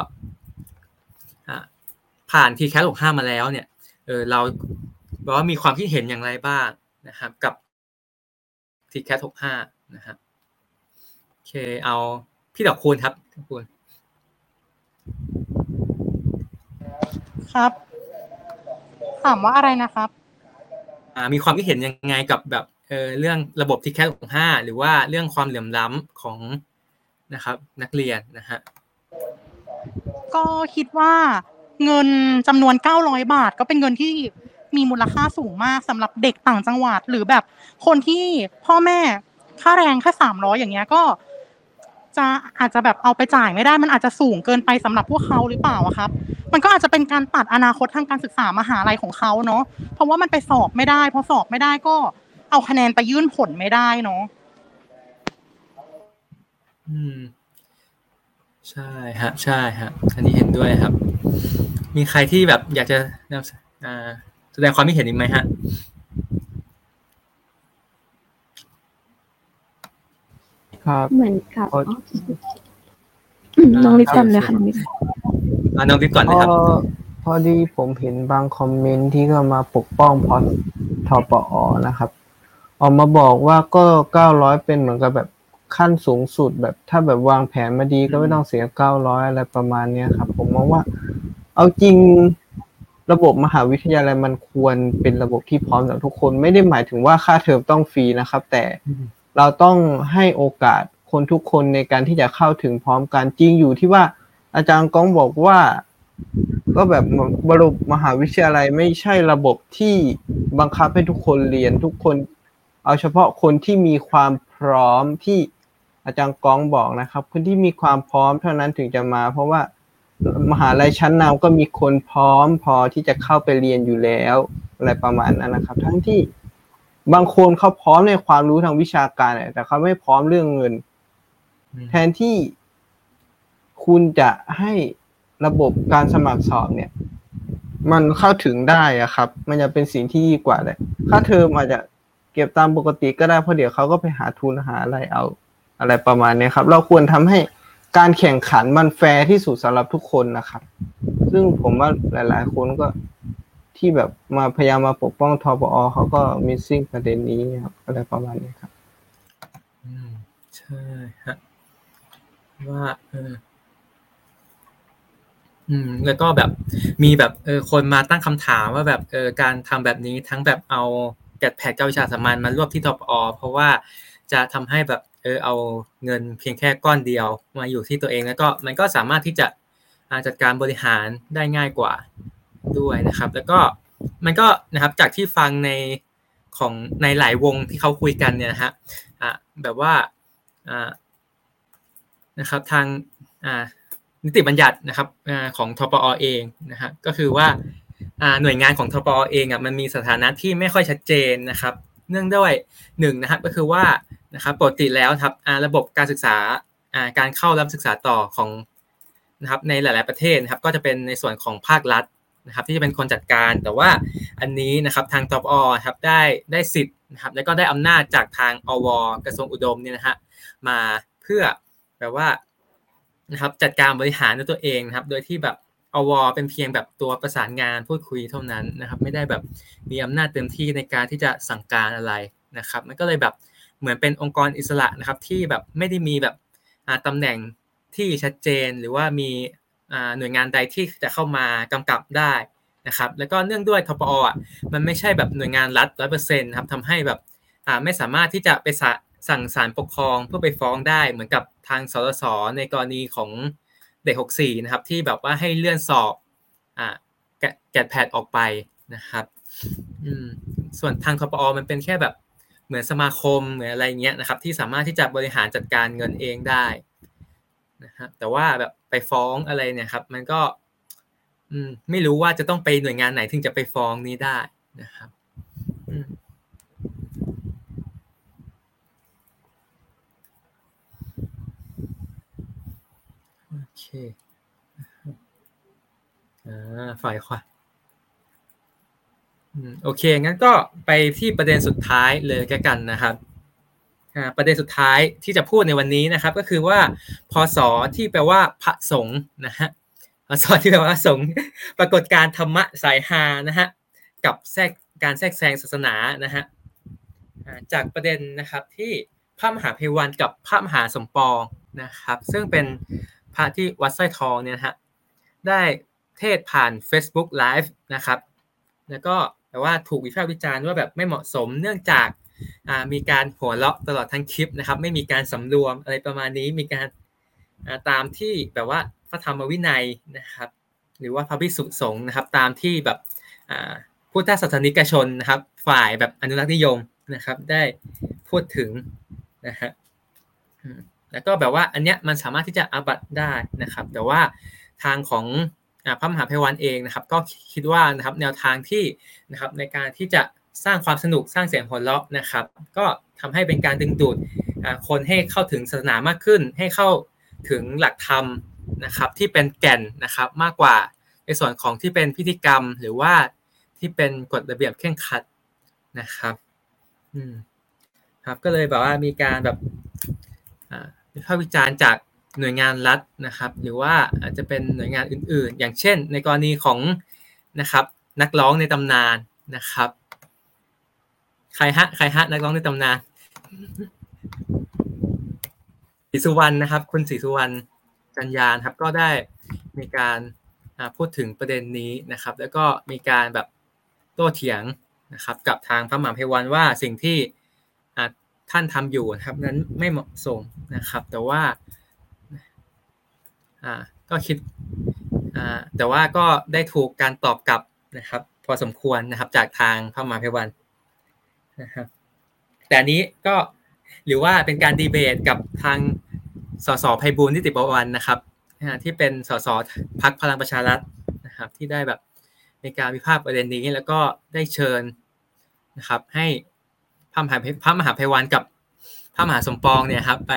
ผ่าน ที แคท หกสิบห้ามาแล้วเนี่ยเออเราบอกว่ามีความคิดเห็นอย่างไรบ้างนะครับกับ ที แคท หกสิบห้านะครับโอเคเอาพี่ดอกคูณครับดอกคูณครับถามว่าอะไรนะครับอ่ามีความคิดเห็นยังไงกับแบบเออเรื่องระบบ ที แคท หกสิบห้าหรือว่าเรื่องความเหลื่อมล้ำของนะครับนักเรียนนะฮะก็คิดว่าเงินจำนวนเก้าร้อยบาทก็เป็นเงินที่มีมูลค่าสูงมากสำหรับเด็กต่างจังหวัดหรือแบบคนที่พ่อแม่ค่าแรงแค่สามร้อยอย่างเงี้ยก็จะอาจจะแบบเอาไปจ่ายไม่ได้มันอาจจะสูงเกินไปสำหรับพวกเขาหรือเปล่าอะครับมันก็อาจจะเป็นการตัดอนาคตทางการศึกษามหาลัยของเขาเนาะเพราะว่ามันไปสอบไม่ได้พอสอบไม่ได้ก็เอาคะแนนไปยื่นผลไม่ได้เนาะอืมใช่ฮะใช่ฮะอันนี้เห็นด้วยครับมีใครที่แบบอยากจะอ่าแสดงความคิดเห็นอีกไหมฮะครับเหมือนกับน้องลิฟก่อนเลยค่ะน้องลิฟอ่าน้องลิฟก่อนเลยครับพอดีผมเห็นบางคอมเมนต์ที่ก็มาปกป้องพอทปอ.นะครับออกมาบอกว่าก็เก้าร้อยเป็นเหมือนกับแบบขั้นสูงสุดแบบถ้าแบบวางแผนมาดีก็ไม่ต้องเสียเก้าร้อยอะไรประมาณนี้ครับผมมองว่าเอาจริงระบบมหาวิทยาลัยมันควรเป็นระบบที่พร้อมสำหรับทุกคนไม่ได้หมายถึงว่าค่าเทอมต้องฟรีนะครับแต่เราต้องให้โอกาสคนทุกคนในการที่จะเข้าถึงพร้อมกันจริงอยู่ที่ว่าอาจารย์ก้องบอกว่าก็แบบระบบมหาวิทยาลัยไม่ใช่ระบบที่บังคับให้ทุกคนเรียนทุกคนเอาเฉพาะคนที่มีความพร้อมที่อาจารย์ก้องบอกนะครับคนที่มีความพร้อมเท่านั้นถึงจะมาเพราะว่ามหาลัยชั้นนำก็มีคนพร้อมพอที่จะเข้าไปเรียนอยู่แล้วอะไรประมาณนั้นนะครับทั้งที่บางคนเขาพร้อมในความรู้ทางวิชาการแต่เขาไม่พร้อมเรื่องเงินแทนที่คุณจะให้ระบบการสมัครสอบเนี่ยมันเข้าถึงได้อะครับมันจะเป็นสิ่งที่ดีกว่าเลยค่าเทอมอาจจะเก็บตามปกติก็ได้เพราะเดี๋ยวเขาก็ไปหาทุนหาอะไรเอาอะไรประมาณนี้ครับเราควรทำให้การแข่งขันมันแฟร์ที่สุดสำหรับทุกคนนะครับซึ่งผมว่าหลายๆคนก็ที่แบบมาพยายามมาปกป้องทปอเขาก็มิสซิ่งประเด็นนี้ครับอะไรประมาณนี้ครับอืมใช่ฮะว่าเอออืมแล้วก็แบบมีแบบเออคนมาตั้งคำถามว่าแบบเออการทำแบบนี้ทั้งแบบเอาแกดแพดกับวิชาสามัญมารวบที่ทปอเพราะว่าจะทำให้แบบเออเอาเงินเพียงแค่ก้อนเดียวมาอยู่ที่ตัวเองแล้วก็มันก็สามารถที่จะจัดการบริหารได้ง่ายกว่าด้วยนะครับแล้วก็มันก็นะครับจากที่ฟังในของในหลายวงที่เขาคุยกันเนี่ยนะฮะอ่ะแบบว่าอ่านะครับทางอ่านิติบัญญัตินะครับของทปอเองนะฮะก็คือว่าหน่วยงานของทปอเองอ่ะมันมีสถานะที่ไม่ค่อยชัดเจนนะครับเนื่องด้วยหนึ่งนะครับก็คือว่านะครับปกติแล้วครับระบบการศึกษาการเข้ารับศึกษาต่อของนะครับในหลายๆประเทศนะครับก็จะเป็นในส่วนของภาครัฐนะครับที่จะเป็นคนจัดการแต่ว่าอันนี้นะครับทางทปอครับได้ได้สิทธิ์นะครับแล้วก็ได้อำนาจจากทางอวกระทรวงอุดมเนี่ยนะฮะมาเพื่อแบบว่านะครับจัดการบริหารด้วยตัวเองนะครับโดยที่แบบอวเป็นเพียงแบบตัวประสานงานพูดคุยเท่านั้นนะครับไม่ได้แบบมีอำนาจเต็มที่ในการที่จะสั่งการอะไรนะครับมันก็เลยแบบเหมือนเป็นองค์กรอิสระนะครับที่แบบไม่ได้มีแบบตำแหน่งที่ชัดเจนหรือว่ามีหน่วยงานใดที่จะเข้ามากำกับได้นะครับแล้วก็เนื่องด้วยทปออ่ะมันไม่ใช่แบบหน่วยงานรัฐ ร้อยเปอร์เซ็นต์ ครับทำให้แบบไม่สามารถที่จะไปสั่งศาลปกครองเพื่อไปฟ้องได้เหมือนกับทางสสสในกรณีของเด็กหกสิบสี่นะครับที่แบบว่าให้เลื่อนสอบอ่าแกดแพดออกไปนะครับอืมส่วนทางทปอมันเป็นแค่แบบเหมือนสมาคมเหมือนอะไรเงี้ยนะครับที่สามารถที่จะบริหารจัดการเงินเองได้นะครับแต่ว่าแบบไปฟ้องอะไรเนี่ยครับมันก็อืมไม่รู้ว่าจะต้องไปหน่วยงานไหนถึงจะไปฟ้องนี้ได้นะครับอืมโอเคอ่าฝ่ายขวาโอเคงั้นก็ไปที่ประเด็นสุดท้ายเลยกันนะครับประเด็นสุดท้ายที่จะพูดในวันนี้นะครับก็คือว่าพศที่แปลว่าพระสงฆ์นะฮะพศที่แปลว่าสงฆ์ปรากฏการธรรมะสายฮานะฮะกับแทรกการแทรกแซงศาสนานะฮะจากประเด็นนะครับที่พระมหาไพวันกับพระมหาสมปองนะครับซึ่งเป็นพระที่วัดสร้อยทองเนี่ยนะฮะได้เทศผ่าน Facebook Live นะครับแล้วก็แต่ว่าถูกวิพากษ์วิจารณ์ว่าแบบไม่เหมาะสมเนื่องจากมีการหัวเราะตลอดทั้งคลิปนะครับไม่มีการสำรวมอะไรประมาณนี้มีการตามที่แบบว่าพระธรรมวินัยนะครับหรือว่าพระภิกษุสงฆ์นะครับตามที่แบบพุทธศาสนิกชนนะครับฝ่ายแบบอนุรักษ์นิยมนะครับได้พูดถึงนะฮะแล้วก็แบบว่าอันเนี้ยมันสามารถที่จะอาบัติได้นะครับแต่ว่าทางของพระมหาไพวันเองนะครับก็คิดว่านะครับแนวทางที่นะครับในการที่จะสร้างความสนุกสร้างเสียงหัวเราะนะครับก็ทำให้เป็นการดึงดูดคนให้เข้าถึงศาสนามากขึ้นให้เข้าถึงหลักธรรมนะครับที่เป็นแก่นนะครับมากกว่าในส่วนของที่เป็นพิธีกรรมหรือว่าที่เป็นกฎระเบียบเคร่งครัดนะครับอืมครับก็เลยแบบว่ามีการแบบวิพากษ์วิจารณ์จากหน่วยงานรัฐนะครับหรือว่าอาจจะเป็นหน่วยงานอื่นๆอย่างเช่นในกรณีของนะครับนักร้องในตำนานนะครับใครฮะใครฮะนักร้องในตำนานศรีสุวรรณนะครับคุณศรีสุวรรณจันยานครับก็ได้มีการพูดถึงประเด็นนี้นะครับแล้วก็มีการแบบโต้เถียงนะครับกับทางพระมหาไพวันว่าสิ่งที่ท่านทำอยู่นะครับนั้นไม่เหมาะสมนะครับแต่ว่าอ่าก็คิดอ่าแต่ว่าก็ได้ถูกการตอบกลับนะครับพอสมควรนะครับจากทางพระมหาไพวันนะครับแต่อันนี้ก็หรือว่าเป็นการดีเบตกับทางสสไพบูลย์นิติประวันนะครับที่เป็นสสพรรคพลังประชารัฐนะครับที่ได้แบบในการวิพากษ์ประเด็นนี้แล้วก็ได้เชิญนะครับให้พระมหาพระมหาไพวันกับพระมหาสมปองเนี่ยครับไป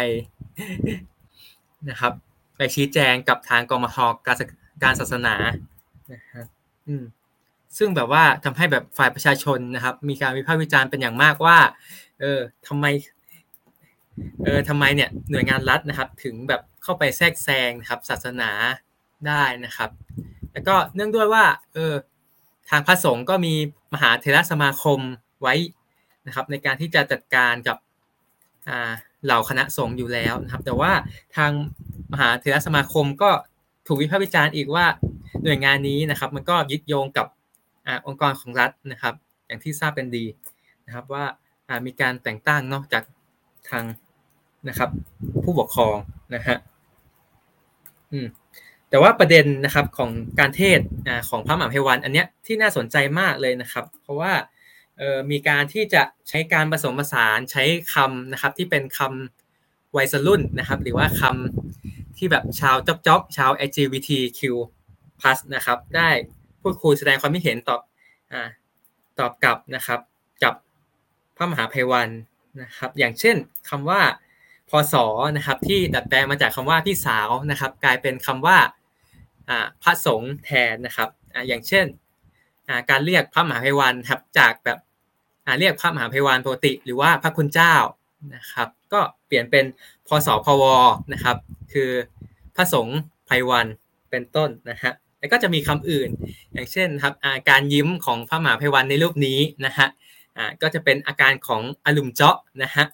นะครับไปชี้แจงกับทางกมท.การการศาสนานะครับอืมซึ่งแบบว่าทำให้แบบฝ่ายประชาชนนะครับมีการวิพากษ์วิจารณ์เป็นอย่างมากว่าเออทำไมเออทำไมเนี่ยหน่วยงานรัฐนะครับถึงแบบเข้าไปแทรกแซงนะครับศาสนาได้นะครับแล้วก็เนื่องด้วยว่าเออทางพระสงฆ์ก็มีมหาเถรสมาคมไว้นะครับในการที่จะจัดการกับอ่าเหล่าคณะสงฆ์อยู่แล้วนะครับแต่ว่าทางมหาเถรสมาคมก็ถูกวิพากษ์วิจารณ์อีกว่าหน่วยงานนี้นะครับมันก็ยึดโยงกับอ่าองค์กรของรัฐนะครับอย่างที่ทราบกันดีนะครับว่าอ่ามีการแต่งตั้งนอกจากทางนะครับผู้ปกครองนะฮะอืมแต่ว่าประเด็นนะครับของการเทศอ่าของพระมหาไพวันอันเนี้ยที่น่าสนใจมากเลยนะครับเพราะว่าเอ่อมีการที่จะใช้การผสมผสานใช้คำนะครับที่เป็นคำวัยรุ่นนะครับหรือว่าคำที่แบบชาวจ๊อกจ๊อกชาว แอล จี บี ที คิว พลัส นะครับได้พูดคุยแสดงความคิดเห็นตอบอ่าตอบกลับนะครับกับพระมหาไพวันนะครับอย่างเช่นคำว่าพศนะครับที่ดัดแปลงมาจากคำว่าพี่สาวนะครับกลายเป็นคำว่าอ่าพระสงฆ์แทนนะครับอ่าอย่างเช่นอ่าการเรียกพระมหาไพวันครับจากแบบอ่าเรียกพระมหาไพวันปกติหรือว่าพระคุณเจ้านะครับก็เปลี่ยนเป็นพศพวนะครับคือพระสงฆ์ไพวันเป็นต้นนะฮะแล้วก็จะมีคำอื่นอย่างเช่นครับอ่าการยิ้มของพระมหาไพวันในรูปนี้นะฮะอ่าก็จะเป็นอาการของอลุมเจาะนะฮะ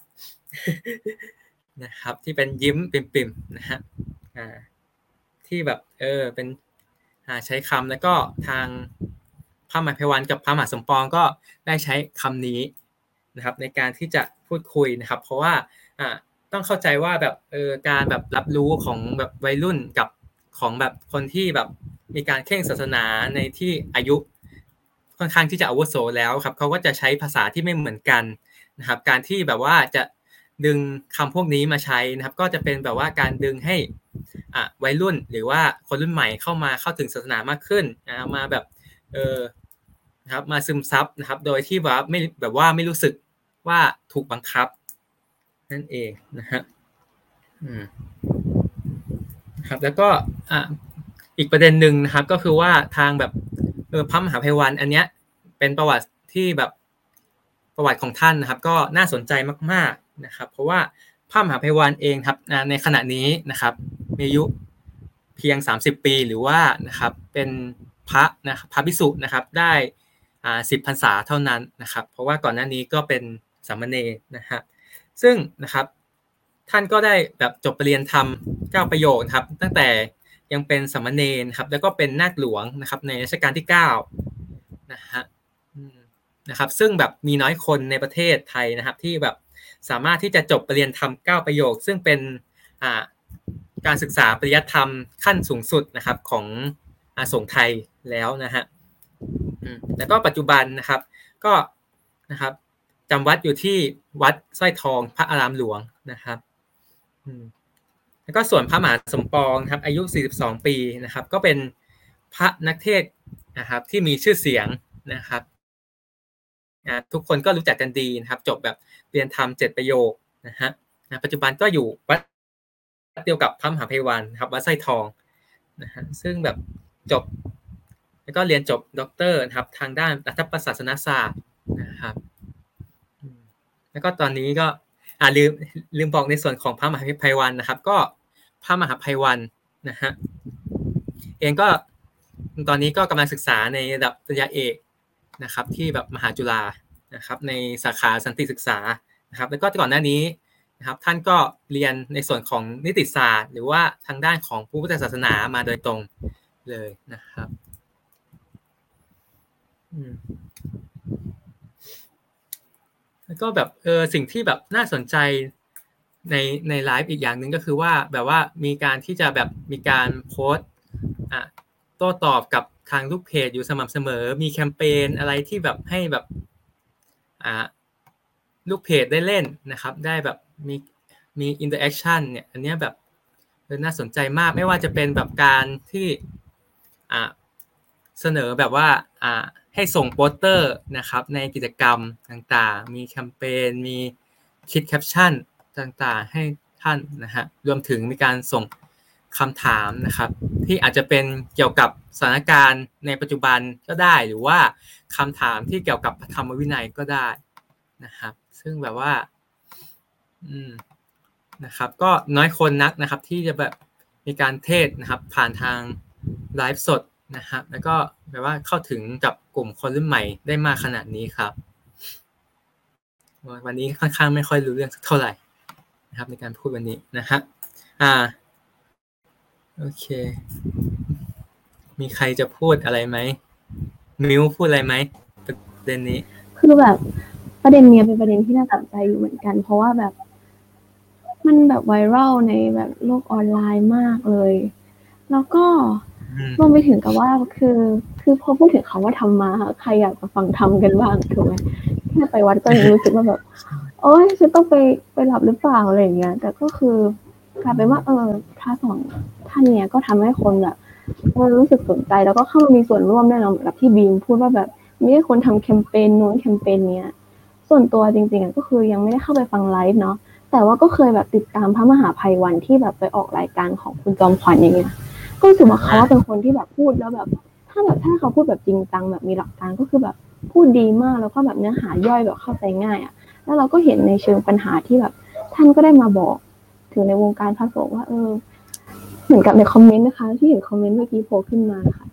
นะครับที่เป็นยิ้มปิ่มๆนะฮะอ่าที่แบบเออเป็นอ่าใช้คำแล้วก็ทางพระมหาไพวันกับพระมหาสมปองก็ได้ใช้คำนี้นะครับในการที่จะพูดคุยนะครับเพราะว่าอ่าต้องเข้าใจว่าแบบเออการแบบรับรู้ของแบบวัยรุ่นกับของแบบคนที่แบบมีการเคร่งศาสนาในที่อายุค่อนข้างที่จะอาวุโสแล้วครับเขาก็จะใช้ภาษาที่ไม่เหมือนกันนะครับการที่แบบว่าจะดึงคำพวกนี้มาใช้นะครับก็จะเป็นแบบว่าการดึงให้อ่ะวัยรุ่นหรือว่าคนรุ่นใหม่เข้ามาเข้าถึงศาสนามากขึ้นนะมาแบบเออนะครับมาซึมซับนะครับโดยที่แบบไม่แบบว่าไม่รู้สึกว่าถูกบังคับนั่นเองนะฮะอืมครับแล้วก็อ่ะอีกประเด็นหนึ่งนะครับก็คือว่าทางแบบเออพระมหาไพวันอันเนี้ยเป็นประวัติที่แบบประวัติของท่านนะครับก็น่าสนใจมากๆนะครับเพราะว่าพระมหาไพวันเองครับในขณะนี้นะครับมีอายุเพียงสามสิบปีหรือว่านะครับเป็นพระนะครับพระภิกษุนะครับได้อ่าสิบพรรษาเท่านั้นนะครับเพราะว่าก่อนหน้านี้ก็เป็นสามเณรนะฮะซึ่งนะครับท่านก็ได้แบบจบปริญญาธรรมเก้าประโยคครับตั้งแต่ยังเป็นสามเณรครับแล้วก็เป็นนาคหลวงนะครับในรัชกาลที่เก้านะฮะนะครับซึ่งแบบมีน้อยคนในประเทศไทยนะครับที่แบบสามารถที่จะจบปริญญาธรรมเก้าประโยคซึ่งเป็นอ่าการศึกษาปริยัติธรรมขั้นสูงสุดนะครับของอาสงฆ์ไทยแล้วนะฮะแล้วก็ปัจจุบันนะครับก็นะครับจำวัดอยู่ที่วัดสร้อยทองพระอารามหลวงนะครับแล้วก็ส่วนพระมหาสมปองครับอายุสี่สิบสองปีนะครับก็เป็นพระนักเทศน์นะครับที่มีชื่อเสียงนะครับทุกคนก็รู้จักกันดีนะครับจบแบบเรียนธรรมเจ็ดประโยคนะฮะปัจจุบันก็อยู่วัดเดียวกับพระมหาไพวันครับวัดสร้อยทองนะฮะซึ่งแบบจบแล้วก็เรียนจบด็อกเตอร์นะครับทางด้านรัฐประศาสนศาสตร์นะครับแล้วก็ตอนนี้ก็อ่าลืมลืมบอกในส่วนของพระมหาไพวันนะครับก็พระมหาไพวันนะฮะเองก็ตอนนี้ก็กำลังศึกษาในระดับปริญญาเอกนะครับที่แบบมหาจุฬานะครับในสาขาสันติศึกษานะครับแล้วก็ก่อนหน้านี้นะครับท่านก็เรียนในส่วนของนิติศาสตร์หรือว่าทางด้านของพุทธศาสนามาโดยตรงเลยนะครับอืมแล้วก็แบบเออสิ่งที่แบบน่าสนใจในในไลฟ์อีกอย่างหนึ่งก็คือว่าแบบว่ามีการที่จะแบบมีการโพสต์อ่ะโต้ตอบกับทางลูกเพจอยู่สม่ำเสมอมีแคมเปญอะไรที่แบบให้แบบอ่าลูกเพจได้เล่นนะครับได้แบบมีมีอินเตอร์แอคชั่นเนี่ยอันนี้แบบน่าสนใจมากไม่ว่าจะเป็นแบบการที่อ่าเสนอแบบว่าอ่าให้ส่งโปสเตอร์นะครับในกิจกรรมต่างๆมีแคมเปญมีคิดแคปชั่นต่างๆให้ท่านนะฮะรวมถึงมีการส่งคำถามนะครับที่อาจจะเป็นเกี่ยวกับสถานการณ์ในปัจจุบันก็ได้หรือว่าคำถามที่เกี่ยวกับธรรมวินัยก็ได้นะครับซึ่งแบบว่าอืมนะครับก็น้อยคนนักนะครับที่จะแบบมีการเทศนะครับผ่านทางไลฟ์สดนะครับแล้วก็แบบว่าเข้าถึงกับกลุ่มคนรุ่นใหม่ได้มากขนาดนี้ครับวันนี้ค่อนข้างไม่ค่อยรู้เรื่องสักเท่าไหร่นะครับในการพูดวันนี้นะฮะอ่าโอเคมีใครจะพูดอะไรไหมมิวพูดอะไรไหมประเด็นนี้คือแบบประเด็นเนี้ยเป็นประเด็นที่น่าสนใจอยู่เหมือนกันเพราะว่าแบบมันแบบไวรัลในแบบโลกออนไลน์มากเลยแล้วก็รวมไปถึงกับว่าคือคือพอพูดถึงคำว่าธรรมะใครอยากจะฟังธรรมกันบ้างถูกไหมแค่ไปวัดก็ยังรู้สึกว่าแบบโอ๊ยฉันต้องไปไปหลับหรือเปล่าอะไรอย่างเงี้ยแต่ก็คือกลายเป็นว่าเออพระสองท่านเนี้ยก็ทำให้คนแบบเออรู้สึกสนใจแล้วก็เข้ามามีส่วนร่วมด้วยเนาะแบบที่บีมพูดว่าแบบมีคนทำแคมเปญนู้นแคมเปญเนี้ยส่วนตัวจริงๆก็คือยังไม่ได้เข้าไปฟังไลฟ์เนาะแต่ว่าก็เคยแบบติดตามพระมหาภัยวันที่แบบไปออกรายการของคุณจอมขวัญอย่างเงี้ยก็รู้สึกว่าเขาเป็นคนที่แบบพูดแล้วแบบถ้าแบบถ้าเขาพูดแบบจริงจังแบบมีหลักการก็คือแบบพูดดีมากแล้วก็แบบเนื้อหาย่อยแบบเข้าใจง่ายอ่ะแล้วเราก็เห็นในเชิงปัญหาที่แบบท่านก็ได้มาบอกถึงในวงการพระสงฆ์ว่าเออเหมือนกับในคอมเมนต์นะคะที่เห็นคอมเมนต์เมื่อกี้โผล่ขึ้นมาค่ะ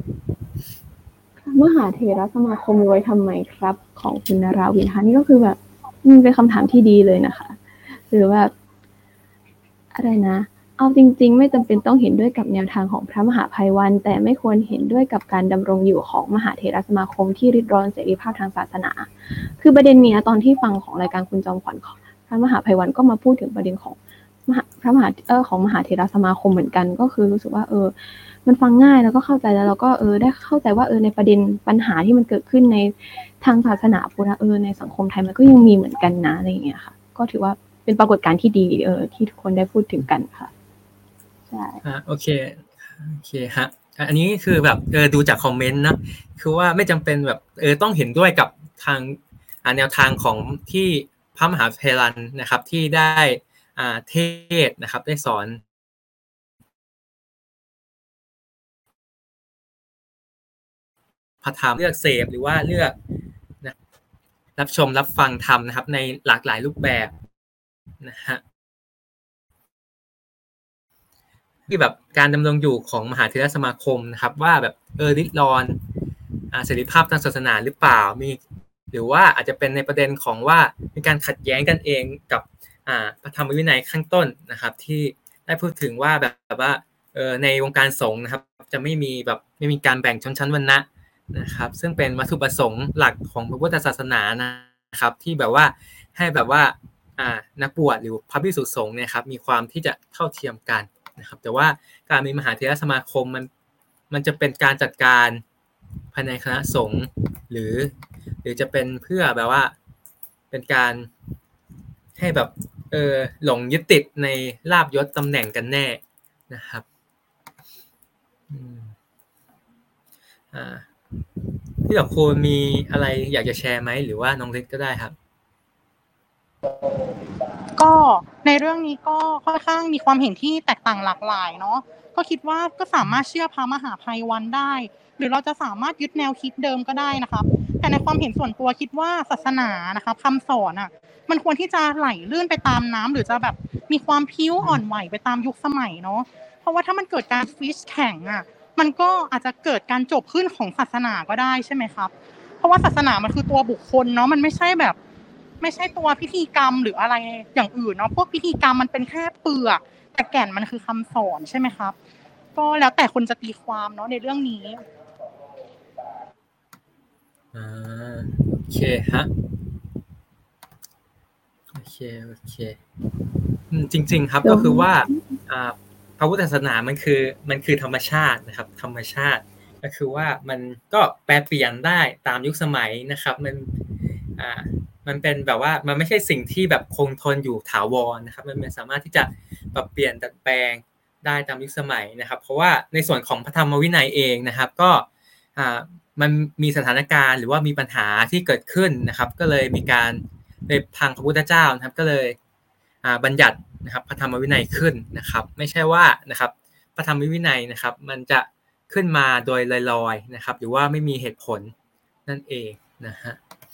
มหาเถรสมาคมมีไว้ทำไมครับของคุณนราวินนะคะนี่ก็คือแบบมันเป็นคำถามที่ดีเลยนะคะหรือแบบอะไรนะเอาจริงๆไม่จำเป็นต้องเห็นด้วยกับแนวทางของพระมหาภัยวันแต่ไม่ควรเห็นด้วยกับการดำรงอยู่ของมหาเถรสมาคมที่ริดรอนเสรีภาพทางศาสนาคือประเด็นเนี้ยตอนที่ฟังของรายการคุณจอมขวัญพระมหาภัยวันก็มาพูดถึงประเด็นของมหาพระมหาเออของมหาเถรสมาคมเหมือนกันก็คือรู้สึกว่าเออมันฟังง่ายแล้วก็เข้าใจแล้วเราก็เออได้เข้าใจว่าเออในประเด็นปัญหาที่มันเกิดขึ้นในทางศาสนาพุทธเออในสังคมไทยมันก็ยังมีเหมือนกันนะอะไรอย่างเงี้ยค่ะก็ถือว่าเป็นปรากฏการณ์ที่ดีเออที่ทุกคนได้พูดถึงกันค่ะใช่อ่าโอเคโอเคฮะอันนี้คือแบบเออดูจากคอมเมนต์นะคือว่าไม่จำเป็นแบบเออต้องเห็นด้วยกับทางอ่าแนวทางของที่พระมหาเถรนะครับที่ได้อ่าเทศนะครับได้สอนพระธรรมเลือกเสพหรือว่าเลือกนะรับชมรับฟังธรรมนะครับในหลากหลายรูปแบบนะฮะที่แบบการดำรงอยู่ของมหาเถรสมาคมนะครับว่าแบบเออริดรอนอ่าเสรีภาพทางศาสนาหรือเปล่ามีหรือว่าอาจจะเป็นในประเด็นของว่ามีการขัดแย้งกันเองกับอ่าพระธรรมวินัยข้างต้นนะครับที่ได้พูดถึงว่าแบบว่าเออในวงการสงฆ์นะครับจะไม่มีแบบไม่มีการแบ่งชนชั้นวรรณะนะครับซึ่งเป็นวัตถุประสงค์หลักของพระพุทธศาสนานะครับที่แบบว่าให้แบบว่าอ่านักบวชหรือพระภิกษุสงฆ์เนี่ยครับมีความที่จะเท่าเทียมกันนะครับแต่ว่าการมีมหาเถรสมาคมมันมันจะเป็นการจัดการภายในคณะสงฆ์หรือหรือจะเป็นเพื่อแบบว่าเป็นการให้แบบเออหลงยึดติดในลาภยศตำแหน่งกันแน่นะครับอืมอ่าพี่ดอกคูณมีอะไรอยากจะแชร์ไหมหรือว่าน้องฤทธิ์ก็ได้ครับก็ในเรื่องนี้ก็ค่อนข้างมีความเห็นที่แตกต่างหลากหลายเนาะก็คิดว่าก็สามารถเชื่อพระมหาภัยวันได้หรือเราจะสามารถยึดแนวคิดเดิมก็ได้นะครับแต่ในความเห็นส่วนตัวคิดว่าศาสนานะครับคำสอนอ่ะมันควรที่จะไหลลื่นไปตามน้ำหรือจะแบบมีความพิ้วอ่อนไหวไปตามยุคสมัยเนาะเพราะว่าถ้ามันเกิดการฟิชแข่งอ่ะมันก็อาจจะเกิดการจบขึ้นของศาสนาก็ได้ใช่ไหมครับเพราะว่าศาสนามันคือตัวบุคคลเนาะมันไม่ใช่แบบไม่ใช่ตัวพิธีกรรมหรืออะไรอย่างอื่นเนาะพวกพิธีกรรมมันเป็นแค่เปลือกแต่แก่นมันคือคำสอนใช่ไหมครับก็แล้วแต่คนจะตีความเนาะในเรื่องนี้อ่าโอเคฮะโอเคโอเคอืมจริงๆครับก็คือว่าอ่าพระพุทธศาสนามันคือมันคือธรรมชาตินะครับธรรมชาติก็คือว่ามันก็แปรเปลี่ยนได้ตามยุคสมัยนะครับมันอ่ามันเป็นแบบว่ามันไม่ใช่สิ่งที่แบบคงทนอยู่ถาวรนะครับมันสามารถที่จะปรับเปลี่ยนดัดแปลงได้ตามยุคสมัยนะครับเพราะว่าในส่วนของพระธรรมวินัยเองนะครับก็อ่ามันมีสถานการณ์หรือว่ามีปัญหาที่เกิดขึ้นนะครับก็เลยมีการในทางพระพุทธเจ้านะครับก็เลยอ่าบัญญัตินะครับพระธรรมวินัยขึ้นนะครับไม่ใช่ว่านะครับพระธรรมวินัยนะครับมันจะขึ้นมาโดยลอยๆนะครับหรือว่าไม่มีเหตุผลนั่นเองนะฮะ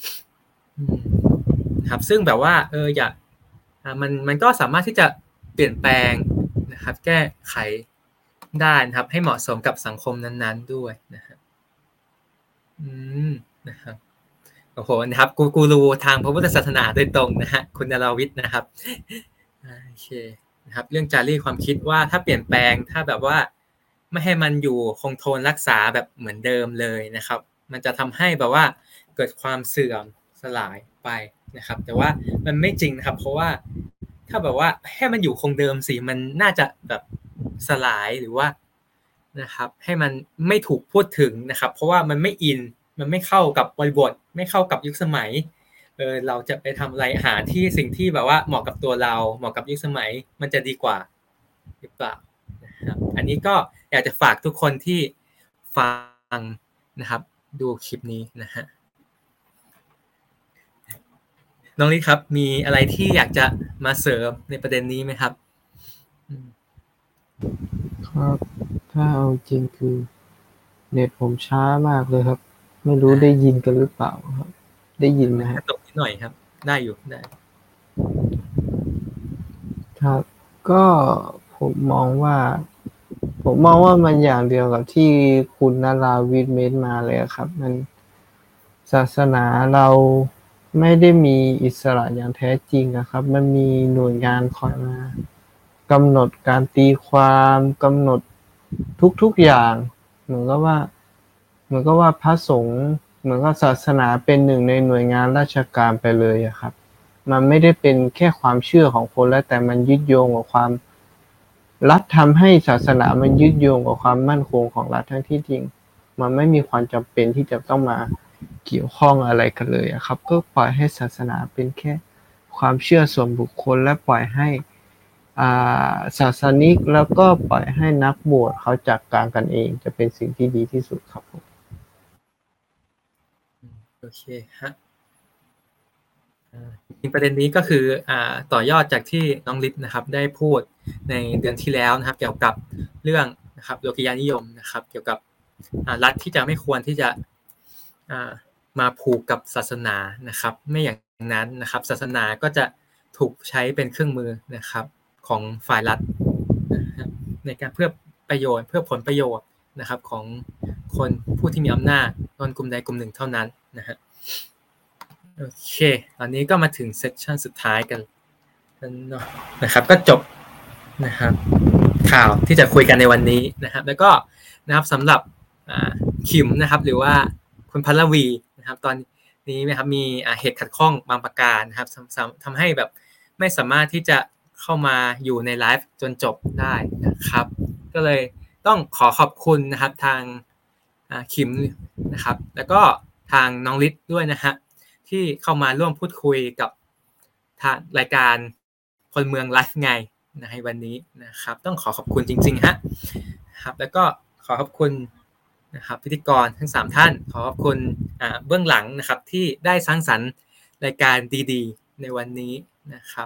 ครับซึ่งแบบว่าเอออยากอ่ามันมันก็สามารถที่จะเปลี่ยนแปลงนะครับแก้ไขได้นะครับให้เหมาะสมกับสังคมนั้นๆด้วยนะครับอืมนะครับโอ้โหนะครับกูกูรูทางพระพุทธศาสนาโดยตรงนะฮะคุณนราวิทย์นะครับโอเคนะครับเรื่องจารีตความคิดว่าถ้าเปลี่ยนแปลงถ้าแบบว่าไม่ให้มันอยู่คงทนรักษาแบบเหมือนเดิมเลยนะครับมันจะทำให้แบบว่าเกิดความเสื่อมสลายไปนะครับแต่ว่ามันไม่จริงนะครับเพราะว่าถ้าแบบว่าให้มันอยู่คงเดิมสิมันน่าจะแบบสลายหรือว่านะครับให้มันไม่ถูกพูดถึงนะครับเพราะว่ามันไม่อินมันไม่เข้ากับบริบทไม่เข้ากับยุคสมัยเออเราจะไปทำอะไรหาที่สิ่งที่แบบว่าเหมาะกับตัวเราเหมาะกับยุคสมัยมันจะดีกว่าหรือเปล่านะครับอันนี้ก็อยากจะฝากทุกคนที่ฟังนะครับดูคลิปนี้นะฮะน้องลิศครับมีอะไรที่อยากจะมาเสริมในประเด็นนี้ไหมครับครับถ้าเอาจริงคือเน็ตผมช้ามากเลยครับไม่รู้ได้ยินกันหรือเปล่าครับได้ยินไหมครับตกนิดหน่อยครับได้อยู่ได้ครับก็ผมมองว่าผมมองว่ามันอย่างเดียวกับที่คุณนราวิทย์เม้นมาเลยครับมันศาสนาเราไม่ได้มีอิสระอย่างแท้จริงนะครับมันมีหน่วยงานคอยมากำหนดการตีความกำหนดทุกๆอย่างเหมือนกับว่าเหมือนกับว่าพระสงฆ์เหมือนกับศาสนาเป็นหนึ่งในหน่วยงานราชการไปเลยอะครับมันไม่ได้เป็นแค่ความเชื่อของคนแล้วแต่มันยึดโยงกับความรัฐทำให้ศาสนามันยึดโยงกับความมั่นคงของรัฐทั้งที่จริงมันไม่มีความจำเป็นที่จะต้องมาเกี่ยวข้องอะไรกันเลยอะครับก็ปล่อยให้ศาสนาเป็นแค่ความเชื่อส่วนบุคคลและปล่อยให้อ่าศาสนิกแล้วก็ปล่อยให้นักบวชเขาจัดการกันเองจะเป็นสิ่งที่ดีที่สุดครับผมโอเคฮะจริงประเด็นนี้ก็คืออ่าต่อยอดจากที่น้องลิศนะครับได้พูดในเดือนที่แล้วนะครับเกี่ยวกับเรื่องนะครับโลกิยานิยมนะครับเกี่ยวกับอ่ารัฐที่จะไม่ควรที่จะอ่ามาผูกกับศาสนานะครับไม่อย่างนั้นนะครับศาสนาก็จะถูกใช้เป็นเครื่องมือนะครับของฝ่ายรัฐในการเพื่อประโยชน์เพื่อผลประโยชน์นะครับของคนผู้ที่มีอำนาจคนกลุ่มใดกลุ่มหนึ่งเท่านั้นนะฮะโอเคตอนนี้ก็มาถึงเซสชั่นสุดท้ายกันนะครับก็จบนะครับข่าวที่จะคุยกันในวันนี้นะครับแล้วก็นะครับสำหรับคิมนะครับหรือว่าคุณพัลลวีนะครับตอนนี้นะครับมีเหตุขัดข้องบางประการนะครับทำให้แบบไม่สามารถที่จะเข้ามาอยู่ในไลฟ์จนจบได้นะครับก็เลยต้องขอขอบคุณนะครับทางคิมนะครับแล้วก็ทางน้องฤทธิ์ด้วยนะฮะที่เข้ามาร่วมพูดคุยกับทางรายการพลเมืองไลฟ์ไงในวันนี้นะครับต้องขอขอบคุณจริงๆฮะครับแล้วก็ขอขอบคุณนะครับพิธีกรทั้งสามท่านขอขอบคุณเบื้องหลังนะครับที่ได้สร้างสรรค์รายการดีๆในวันนี้นะครับ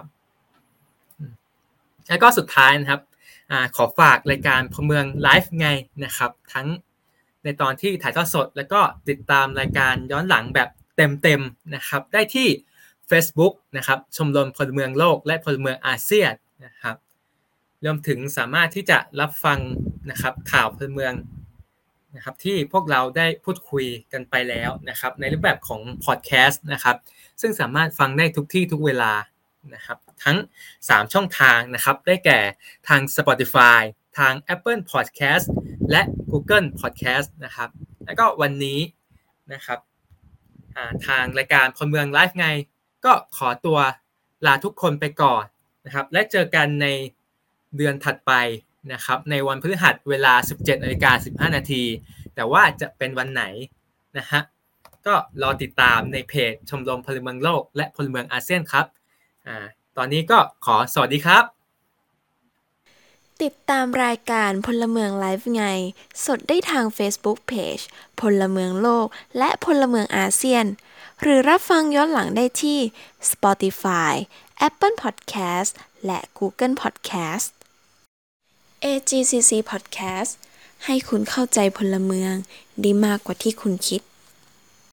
แล้วก็สุดท้ายนะครับขอฝากรายการพลเมืองไลฟ์ไงนะครับทั้งในตอนที่ถ่ายทอดสดแล้วก็ติดตามรายการย้อนหลังแบบเต็มๆนะครับได้ที่ Facebook นะครับชมรมพลเมืองโลกและพลเมืองอาเซียนนะครับรวมถึงสามารถที่จะรับฟังนะครับข่าวพลเมืองนะครับที่พวกเราได้พูดคุยกันไปแล้วนะครับในรูปแบบของพอดแคสต์นะครับซึ่งสามารถฟังได้ทุกที่ทุกเวลานะครับทั้งสามช่องทางนะครับได้แก่ทาง Spotify ทาง Apple Podcast และ Google Podcast นะครับแล้วก็วันนี้นะครับทางรายการพลเมืองไลฟ์ไงก็ขอตัวลาทุกคนไปก่อนนะครับและเจอกันในเดือนถัดไปนะครับในวันพฤหัสเวลา สิบเจ็ดนาฬิกาสิบห้านาทีแต่ว่าจะเป็นวันไหนนะฮะก็รอติดตามในเพจชมรมพลเมืองโลกและพลเมืองอาเซียนครับอ่าตอนนี้ก็ขอสวัสดีครับติดตามรายการพลเมืองไลฟ์ไงสดได้ทาง Facebook Page พลเมืองโลกและพลเมืองอาเซียนหรือรับฟังย้อนหลังได้ที่ Spotify, Apple Podcast และ Google Podcast เอ จี ซี ซี Podcast ให้คุณเข้าใจพลเมืองได้มากกว่าที่คุณคิด